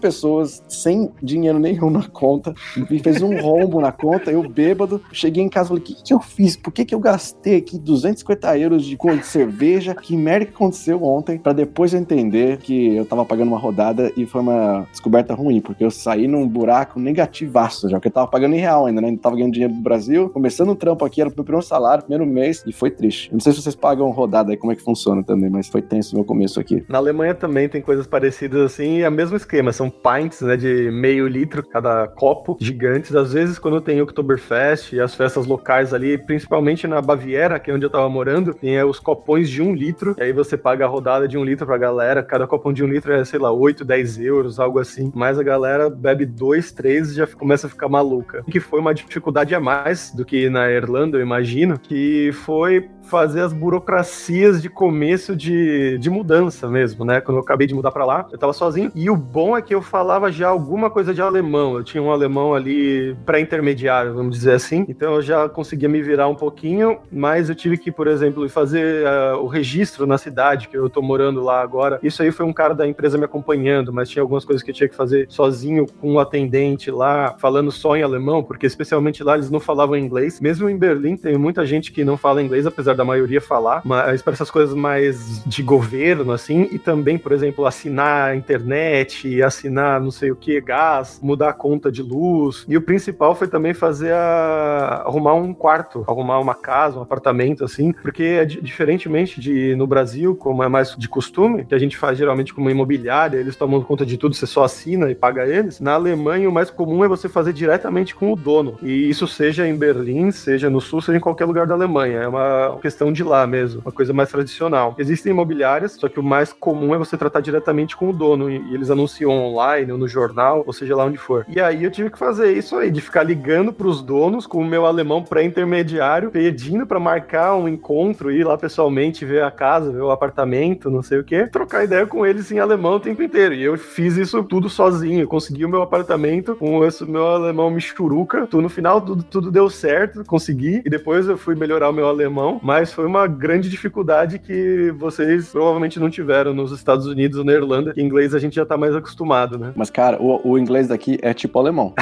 pessoas sem dinheiro nenhum na conta, e fez um rombo na conta, eu bêbado, cheguei em casa e falei, o que eu fiz? Por que eu gastei aqui 250 euros de cerveja? Que merda que aconteceu ontem? Pra depois eu entender que eu tava pagando uma rodada e foi uma descoberta ruim, porque eu saí num buraco negativaço já, porque eu tava pagando em real ainda, né? Ainda tava ganhando dinheiro do Brasil, começando um trampo aqui, era o meu primeiro salário, primeiro mês, e foi triste. Eu não sei se vocês pagam rodada aí, como é que funciona também, mas foi tenso o meu começo aqui. Na Alemanha também tem coisas parecidas assim, é o mesmo esquema, são pints, né, de meio litro cada copo, gigantes. Às vezes, quando tem Oktoberfest e as festas locais ali, principalmente na Baviera, que é onde eu tava morando, tem os copões de 1 litro, e aí você paga a rodada de 1 litro pra galera, cada copão de 1 litro é, sei lá, 8, 10 euros, algo assim, mas a galera bebe 2, 3 e já começa a ficar maluca. Que foi uma dificuldade a mais do que na Irlanda, eu imagino, que foi fazer as burocracias de começo de mudança mesmo, né? Quando eu acabei de mudar pra lá, eu tava sozinho, e o bom é que eu falava já alguma coisa de alemão, eu tinha um alemão ali pré-intermediário, vamos dizer assim, então eu já conseguia me virar um pouquinho, mas eu tive que, por exemplo, fazer o registro na cidade, que eu tô morando lá agora. Isso aí foi um cara da empresa me acompanhando, mas tinha algumas coisas que eu tinha que fazer sozinho com o atendente lá, falando só em alemão, porque especialmente lá eles não falavam inglês. Mesmo em Berlim tem muita gente que não fala inglês, apesar da maioria falar, mas para essas coisas mais de governo, assim, e também, por exemplo, assinar a internet, assinar não sei o que, gás, mudar a conta de luz. E o principal foi também fazer arrumar um quarto, arrumar uma casa, um apartamento, assim, porque diferentemente de no Brasil, como é mais de costume, que a gente faz geralmente com uma imobiliária, eles tomam conta de tudo, você só assina e paga eles. Na Alemanha, o mais comum é você fazer diretamente com o dono. E isso seja em Berlim, seja no sul, seja em qualquer lugar da Alemanha. É uma questão de lá mesmo, uma coisa mais tradicional. Existem imobiliárias, só que o mais comum é você tratar diretamente com o dono, e eles anunciam online ou no jornal, ou seja lá onde for. E aí eu tive que fazer isso aí, de ficar ligando pros donos com o meu alemão pré-intermediário, pedindo pra marcar um encontro, ir lá pessoalmente ver a casa, ver o apartamento, não sei o que, trocar ideia com eles em alemão o tempo inteiro. E eu fiz isso tudo sozinho, eu consegui o meu apartamento com esse meu alemão michuruca. No final tudo deu certo, consegui, e depois eu fui melhorar o meu alemão, mas foi uma grande dificuldade que vocês provavelmente não tiveram nos Estados Unidos ou na Irlanda, que inglês a gente já tá mais acostumado, né? Mas, cara, o inglês daqui é tipo alemão.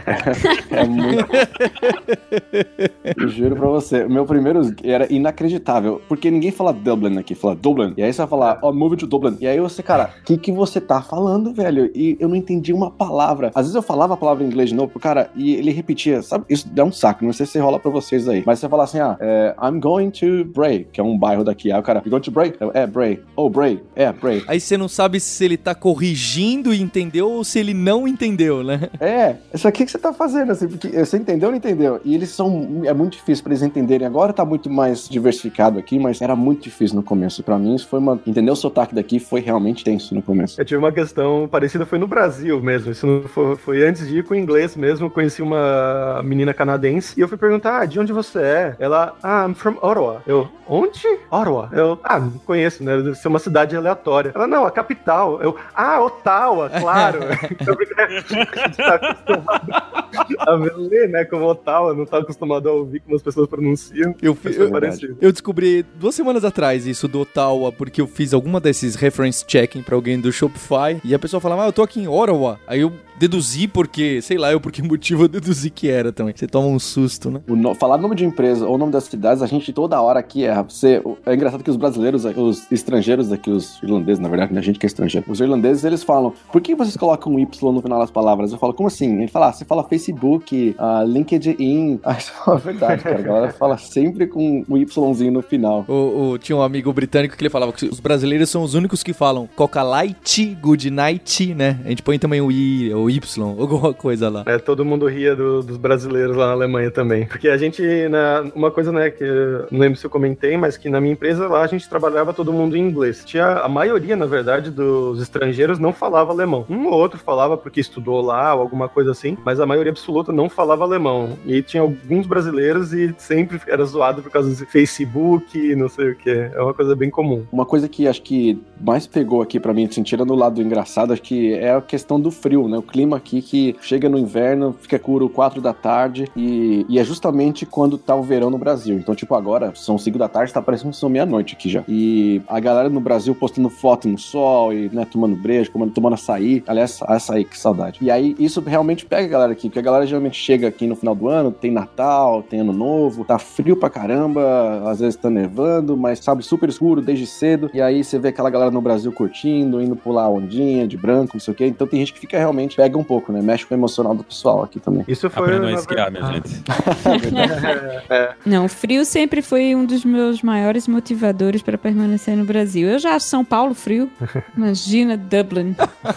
É muito... Eu juro pra você, o meu primeiro era inacreditável, porque ninguém fala Dublin aqui, fala Dublin. E aí você vai falar, move to Dublin. E aí você, cara, o que você tá falando, velho? E eu não entendi uma palavra. Às vezes eu falava a palavra em inglês de novo pro cara, e ele repetia, sabe? Isso dá um saco, não sei se rola pra vocês aí. Mas você fala assim, I'm going to Bray, que é um bairro daqui. Aí o cara, you going to Bray? Bray. Oh, Bray. Bray. Aí você não sabe se ele tá corrigindo e entendeu ou se ele não entendeu, né? Isso aqui que você tá fazendo, assim, porque você entendeu ou não entendeu? E eles é muito difícil pra eles entenderem. Agora tá muito mais diversificado aqui, mas era muito difícil no começo. Pra mim, isso foi entender o sotaque daqui foi realmente tenso no começo. Eu tive uma questão parecida, foi no Brasil mesmo. Isso não foi antes de ir com o inglês mesmo. Eu conheci uma menina canadense e eu fui perguntar, de onde você é? Ela, I'm from Ottawa. Eu, onde? Ottawa. Eu, não conheço, né? Deve ser uma cidade aleatória. Ela, não, a capital. Eu, Ottawa, claro. A gente tá acostumado a ler, né, como Ottawa, não tá acostumado a ouvir como as pessoas pronunciam. Eu descobri 2 semanas atrás isso do Ottawa, porque eu fiz alguma desses reference checking pra alguém do Shopify, e a pessoa falava, eu tô aqui em Ottawa. Aí eu deduzi porque, sei lá, por que motivo eu deduzi que era também. Você toma um susto, né? Falar nome de empresa ou o nome das cidades, a gente toda hora aqui erra. É engraçado que os brasileiros, os estrangeiros aqui, os irlandeses, na verdade, né? A gente que é estrangeiro. Os irlandeses, eles falam, por que vocês colocam um Y no final das palavras? Eu falo, como assim? Ele fala, você fala Facebook, LinkedIn. Isso é verdade, cara. A galera fala sempre com um Yzinho no final. Tinha um amigo britânico que ele falava que os brasileiros são os únicos que falam Coca Light, Good Night, né? A gente põe também o I, ou Y, alguma coisa lá. Todo mundo ria dos brasileiros lá na Alemanha também. Porque a gente, uma coisa, né, que eu não lembro se eu comentei, mas que na minha empresa lá a gente trabalhava todo mundo em inglês. A maioria, na verdade, dos estrangeiros não falava alemão. Um ou outro falava porque estudou lá ou alguma coisa assim, mas a maioria maioria absoluta não falava alemão. E tinha alguns brasileiros e sempre era zoado por causa do Facebook, não sei o que. É uma coisa bem comum. Uma coisa que acho que mais pegou aqui pra mim, assim, tirando o lado engraçado, acho que é a questão do frio, né? O clima aqui que chega no inverno, fica escuro 4 da tarde e é justamente quando tá o verão no Brasil. Então, tipo, agora são 5 da tarde, tá parecendo que são meia-noite aqui já. E a galera no Brasil postando foto no sol e, né, tomando brejo, tomando açaí. Aliás, açaí, que saudade. E aí, isso realmente pega a galera aqui, porque a galera geralmente chega aqui no final do ano, tem Natal, tem Ano Novo, tá frio pra caramba, às vezes tá nevando, mas, sabe, super escuro desde cedo. E aí você vê aquela galera no Brasil curtindo, indo pular ondinha de branco, não sei o quê. Então tem gente que fica realmente, pega um pouco, né? Mexe com o emocional do pessoal aqui também. Isso foi... Aprendam a esquiar, minha gente. Não, o frio sempre foi um dos meus maiores motivadores para permanecer no Brasil. Eu já acho São Paulo frio, imagina Dublin.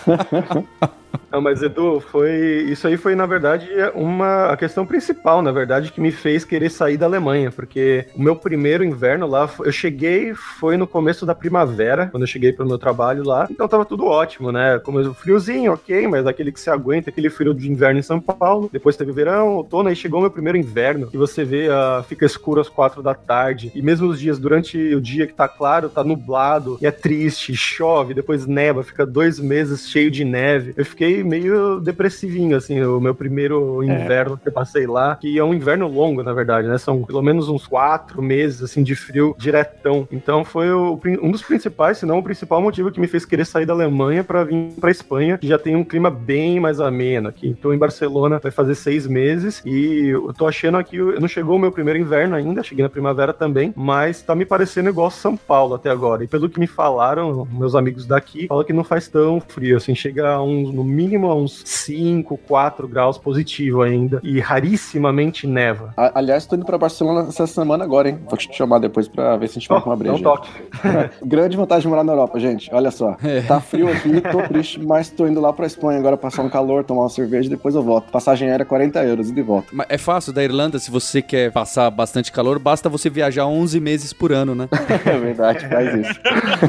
Não, mas Edu, isso aí foi, na verdade, a questão principal, na verdade, que me fez querer sair da Alemanha, porque o meu primeiro inverno lá, eu cheguei, foi no começo da primavera, quando eu cheguei pro meu trabalho lá, então tava tudo ótimo, né? Começou friozinho, ok, mas aquele que se aguenta, aquele frio de inverno em São Paulo, depois teve verão, outono, aí chegou o meu primeiro inverno, que você vê, fica escuro às 4 da tarde, e mesmo os dias, durante o dia que tá claro, tá nublado, e é triste, chove, depois neva, fica 2 meses cheio de neve, eu fiquei meio depressivinho, assim, o meu primeiro inverno que eu passei lá, que é um inverno longo, na verdade, né? São pelo menos uns 4 meses, assim, de frio diretão. Então foi um dos principais, se não o principal motivo que me fez querer sair da Alemanha pra vir pra Espanha, que já tem um clima bem mais ameno aqui. Então em Barcelona vai fazer 6 meses e eu tô achando aqui, não chegou o meu primeiro inverno ainda, cheguei na primavera também, mas tá me parecendo igual São Paulo até agora. E pelo que me falaram, meus amigos daqui, falam que não faz tão frio, assim, chega a no mínimo a uns 5, 4 graus positivo ainda. E rarissimamente neva. Aliás, tô indo pra Barcelona essa semana agora, hein? Vou te chamar depois pra ver se a gente marca uma breja. Dá um toque. Grande vantagem de morar na Europa, gente. Olha só. Tá frio aqui, tô triste, mas tô indo lá pra Espanha agora passar um calor, tomar uma cerveja e depois eu volto. Passagem aérea 40 euros e de volta. Mas é fácil da Irlanda, se você quer passar bastante calor, basta você viajar 11 meses por ano, né? É verdade, faz isso.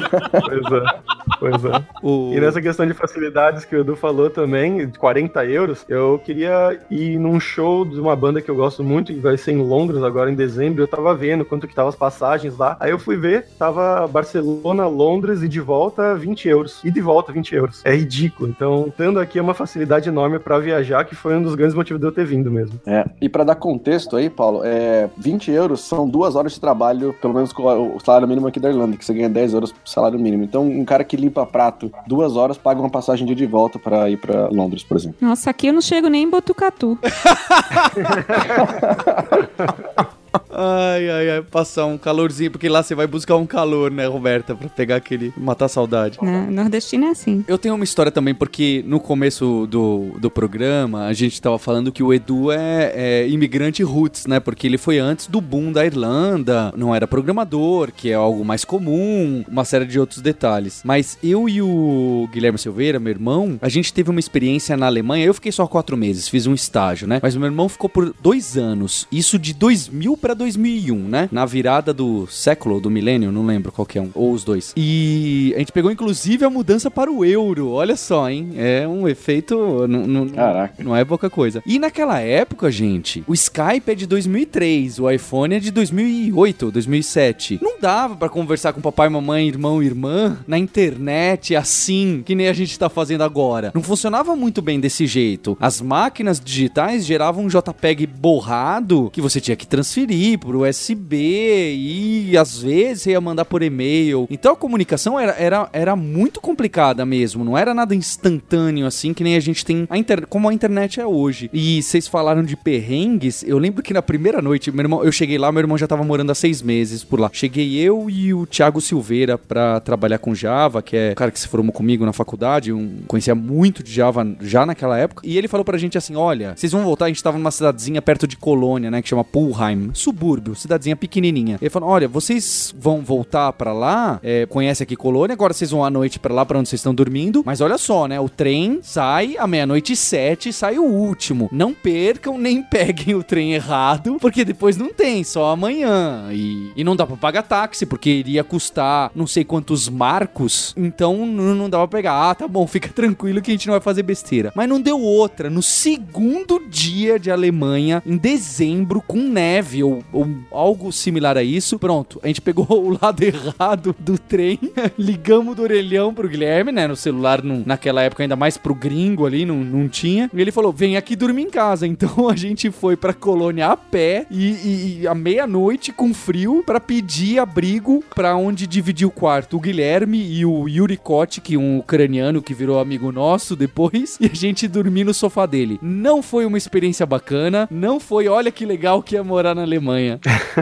Pois é. E nessa questão de facilidades que o Edu falou também, de 40 euros, eu queria ir num show de uma banda que eu gosto muito, que vai ser em Londres agora em dezembro. Eu tava vendo quanto que tava as passagens lá. Aí eu fui ver, tava Barcelona, Londres e de volta 20 euros. E de volta 20 euros. É ridículo. Então, estando aqui é uma facilidade enorme pra viajar, que foi um dos grandes motivos de eu ter vindo mesmo. E pra dar contexto aí, Paulo, 20 euros são 2 horas de trabalho, pelo menos com o salário mínimo aqui da Irlanda, que você ganha 10 euros por salário mínimo. Então, um cara que limpa prato 2 horas paga uma passagem de volta pra ir pra Londres, por exemplo. Nossa, aqui eu não chego nem em Botucatu. Ai, passar um calorzinho, porque lá você vai buscar um calor, né, Roberta, pra pegar aquele, matar a saudade. Nordestino é assim. Eu tenho uma história também, porque no começo do programa, a gente tava falando que o Edu é imigrante roots, né, porque ele foi antes do boom da Irlanda, não era programador, que é algo mais comum, uma série de outros detalhes. Mas eu e o Guilherme Silveira, meu irmão, a gente teve uma experiência na Alemanha, eu fiquei só 4 meses, fiz um estágio, né, mas o meu irmão ficou por 2 anos, isso de 2000 pra 2001, né? Na virada do século, do milênio, não lembro qual que é ou os dois. E a gente pegou, inclusive, a mudança para o euro. Olha só, hein? É um efeito... Caraca. Não é pouca coisa. E naquela época, gente, o Skype é de 2003, o iPhone é de 2008, 2007. Não dava pra conversar com papai, mamãe, irmão e irmã na internet assim, que nem a gente tá fazendo agora. Não funcionava muito bem desse jeito. As máquinas digitais geravam um JPEG borrado que você tinha que transferir por USB e às vezes você ia mandar por e-mail. Então a comunicação era muito complicada mesmo, não era nada instantâneo assim que nem a gente tem como a internet é hoje. E vocês falaram de perrengues, eu lembro que na primeira noite, eu cheguei lá, meu irmão já tava morando há 6 meses por lá. Cheguei eu e o Thiago Silveira pra trabalhar com Java, que é o cara que se formou comigo na faculdade, conhecia muito de Java já naquela época, e ele falou pra gente assim, olha, vocês vão voltar, a gente tava numa cidadezinha perto de Colônia, né, que chama Pulheim. Subiu subúrbio, cidadezinha pequenininha. Ele falou, olha, vocês vão voltar pra lá, conhece aqui Colônia, agora vocês vão à noite pra lá, pra onde vocês estão dormindo, mas olha só, né, o trem sai à 00:07, sai o último. Não percam, nem peguem o trem errado, porque depois não tem, só amanhã. E não dá pra pagar táxi, porque iria custar não sei quantos marcos, então não dá pra pegar. Ah, tá bom, fica tranquilo que a gente não vai fazer besteira. Mas não deu outra. No segundo dia de Alemanha, em dezembro, com neve ou algo similar a isso, pronto, a gente pegou o lado errado do trem, ligamos do orelhão pro Guilherme, né, no celular, naquela época ainda mais pro gringo ali, não tinha, e ele falou, vem aqui dormir em casa. Então a gente foi pra Colônia a pé e à meia-noite com frio pra pedir abrigo pra onde dividir o quarto, o Guilherme e o Yuri Kotick, um ucraniano que virou amigo nosso depois, e a gente dormir no sofá dele. Não foi uma experiência bacana, não foi, olha que legal que ia morar na Alemanha.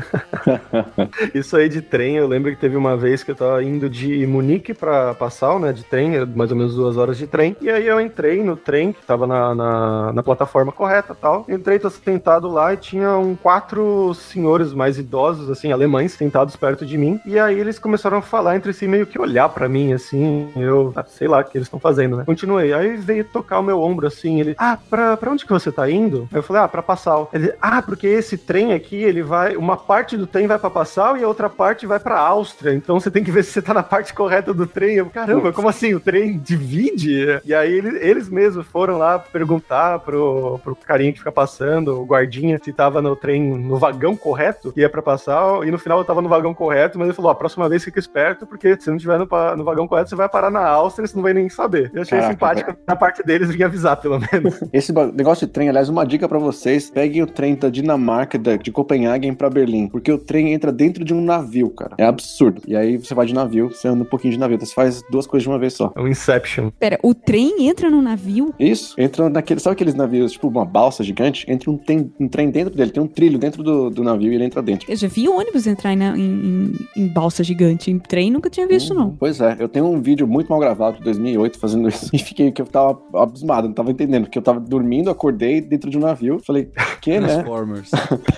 Isso aí de trem, eu lembro que teve uma vez que eu tava indo de Munique pra Passau, né, de trem, mais ou menos 2 horas de trem, e aí eu entrei no trem, que tava na plataforma correta e tal, entrei, tô sentado lá e tinha 4 senhores mais idosos, assim, alemães, sentados perto de mim, e aí eles começaram a falar entre si, meio que olhar pra mim, assim, eu, sei lá o que eles estão fazendo, né. Continuei, aí veio tocar o meu ombro, assim, ele, pra onde que você tá indo? Aí eu falei, pra Passau. Ele, porque esse trem aqui, ele vai, uma parte do trem vai pra Passau e a outra parte vai pra Áustria, então você tem que ver se você tá na parte correta do trem. Eu, caramba, como assim? O trem divide? E aí eles mesmos foram lá perguntar pro carinha que fica passando, o guardinha, se tava no trem, no vagão correto, que ia pra Passau, e no final eu tava no vagão correto, mas ele falou, a próxima vez fica esperto, porque se não tiver no vagão correto, você vai parar na Áustria, você não vai nem saber. Eu achei simpático da parte deles vir avisar, pelo menos. Esse negócio de trem, aliás, uma dica pra vocês, peguem o trem da Dinamarca, de Copenhague pra Berlim, porque o trem entra dentro de um navio, cara. É absurdo. E aí você vai de navio, você anda um pouquinho de navio, então você faz 2 coisas de uma vez só. É um Inception. Pera, o trem entra no navio? Isso, entra naquele, sabe aqueles navios, tipo uma balsa gigante? Entra um trem dentro dele, tem um trilho dentro do navio e ele entra dentro. Eu já vi ônibus entrar em balsa gigante, em trem nunca tinha visto, não. Pois é, eu tenho um vídeo muito mal gravado de 2008 fazendo isso e fiquei que eu tava abismado, não tava entendendo, porque eu tava dormindo, acordei dentro de um navio, falei, que, né? Transformers.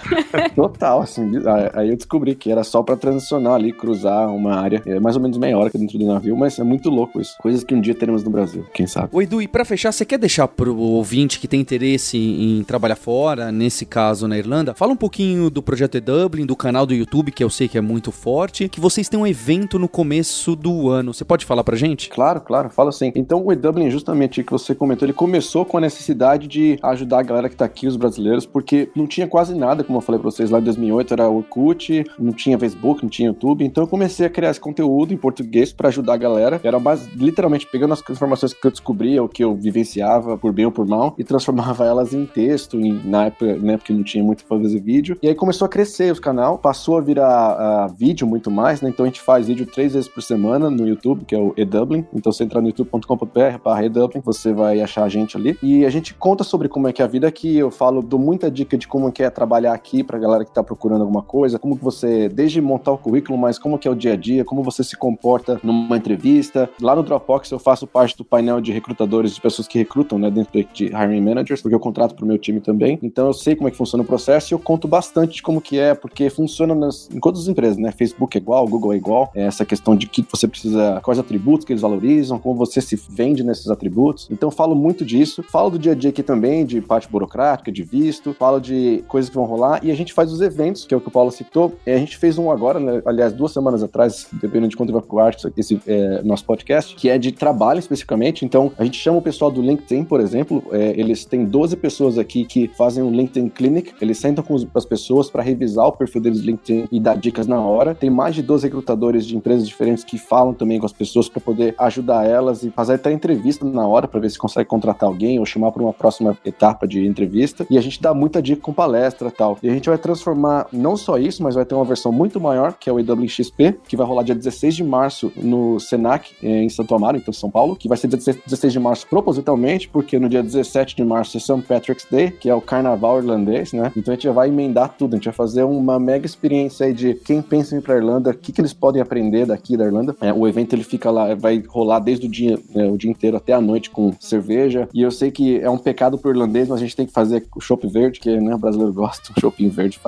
Total, assim, aí eu descobri que era só pra transicionar ali, cruzar uma área, mais ou menos meia hora dentro do navio, mas é muito louco isso, coisas que um dia teremos no Brasil, quem sabe. Ô Edu, e pra fechar, você quer deixar pro ouvinte que tem interesse em trabalhar fora, nesse caso na Irlanda, fala um pouquinho do projeto eDublin, do canal do YouTube, que eu sei que é muito forte, que vocês têm um evento no começo do ano, você pode falar pra gente? Claro, falo sim. Então o eDublin, justamente que você comentou, ele começou com a necessidade de ajudar a galera que tá aqui, os brasileiros, porque não tinha quase nada, como eu falei pra vocês lá em 2008, era Orkut, não tinha Facebook, não tinha YouTube, então eu comecei a criar esse conteúdo em português pra ajudar a galera, era mais literalmente pegando as informações que eu descobria, o que eu vivenciava, por bem ou por mal, e transformava elas em texto, na época, né, porque não tinha muito pra fazer vídeo, e aí começou a crescer o canal, passou a virar vídeo muito mais, né, então a gente faz vídeo 3 vezes por semana no YouTube, que é o eDublin, então você entrar no youtube.com.br/eDublin, você vai achar a gente ali, e a gente conta sobre como é que é a vida aqui, eu dou muita dica de como é trabalhar aqui pra galera que tá procurando alguma coisa, como que você, desde montar o currículo, mas como que é o dia a dia, como você se comporta numa entrevista. Lá no Dropbox eu faço parte do painel de recrutadores, de pessoas que recrutam, né, dentro de hiring managers, porque eu contrato pro meu time também, então eu sei como é que funciona o processo e eu conto bastante de como que é, porque funciona em todas as empresas, né, Facebook é igual, Google é igual, essa questão de que você precisa, quais atributos que eles valorizam, como você se vende nesses atributos, então eu falo muito disso, falo do dia a dia aqui também, de parte burocrática, de visto, falo de coisas que vão rolar, e a gente faz os eventos, que é o que o Paulo citou, a gente fez um agora, né, aliás, 2 semanas atrás, dependendo de quando vai pro ar esse nosso podcast, que é de trabalho especificamente, então a gente chama o pessoal do LinkedIn, por exemplo, eles têm 12 pessoas aqui que fazem um LinkedIn Clinic, eles sentam com as pessoas para revisar o perfil deles do LinkedIn e dar dicas na hora, tem mais de 12 recrutadores de empresas diferentes que falam também com as pessoas para poder ajudar elas e fazer até entrevista na hora para ver se consegue contratar alguém ou chamar para uma próxima etapa de entrevista, e a gente dá muita dica com palestra e tal, e a gente vai transformar não só isso, mas vai ter uma versão muito maior, que é o eDublin XP, que vai rolar dia 16 de março no Senac, em Santo Amaro, então São Paulo, que vai ser dia 16 de março propositalmente, porque no dia 17 de março é St. Patrick's Day, que é o carnaval irlandês, né? Então a gente já vai emendar tudo, a gente vai fazer uma mega experiência aí de quem pensa em ir pra Irlanda, o que eles podem aprender daqui da Irlanda. O evento ele fica lá, vai rolar desde o dia inteiro até a noite com cerveja, e eu sei que é um pecado pro irlandês, mas a gente tem que fazer o chopp verde, que, né, o brasileiro gosta, o choppinho verde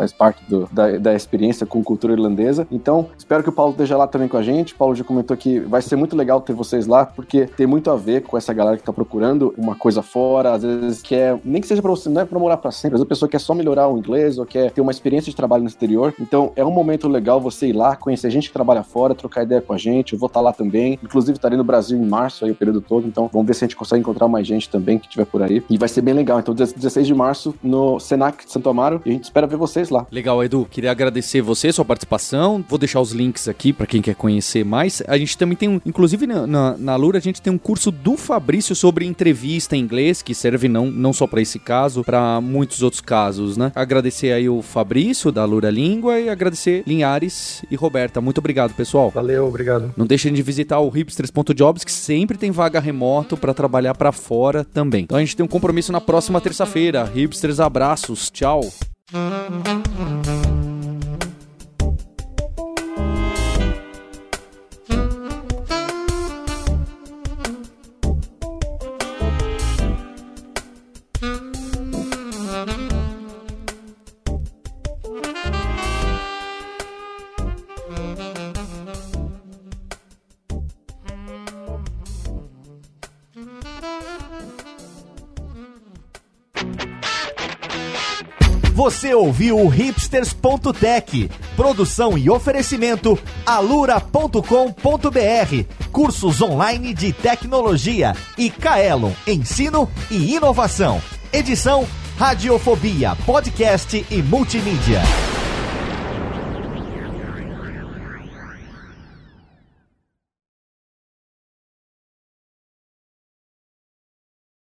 faz parte da experiência com cultura irlandesa. Então, espero que o Paulo esteja lá também com a gente. O Paulo já comentou que vai ser muito legal ter vocês lá, porque tem muito a ver com essa galera que tá procurando uma coisa fora, às vezes quer, nem que seja pra você, não é pra morar pra sempre, às vezes a pessoa quer só melhorar o inglês ou quer ter uma experiência de trabalho no exterior. Então, é um momento legal você ir lá, conhecer gente que trabalha fora, trocar ideia com a gente. Eu vou estar lá também. Inclusive, estarei no Brasil em março, aí o período todo. Então, vamos ver se a gente consegue encontrar mais gente também que estiver por aí. E vai ser bem legal. Então, 16 de março, no Senac de Santo Amaro, e a gente espera ver vocês lá. Legal, Edu. Queria agradecer você, sua participação. Vou deixar os links aqui pra quem quer conhecer mais. A gente também tem, inclusive na Lura, a gente tem um curso do Fabrício sobre entrevista em inglês, que serve não só pra esse caso, pra muitos outros casos, né? Agradecer aí o Fabrício, da Lura Língua, e agradecer Linhares e Roberta. Muito obrigado, pessoal. Valeu, obrigado. Não deixem de visitar o hipsters.jobs, que sempre tem vaga remoto pra trabalhar pra fora também. Então a gente tem um compromisso na próxima terça-feira. Hipsters, abraços. Tchau. Você ouviu o hipsters.tech, produção e oferecimento alura.com.br, cursos online de tecnologia, e Kaelon, ensino e inovação. Edição Radiofobia, podcast e multimídia.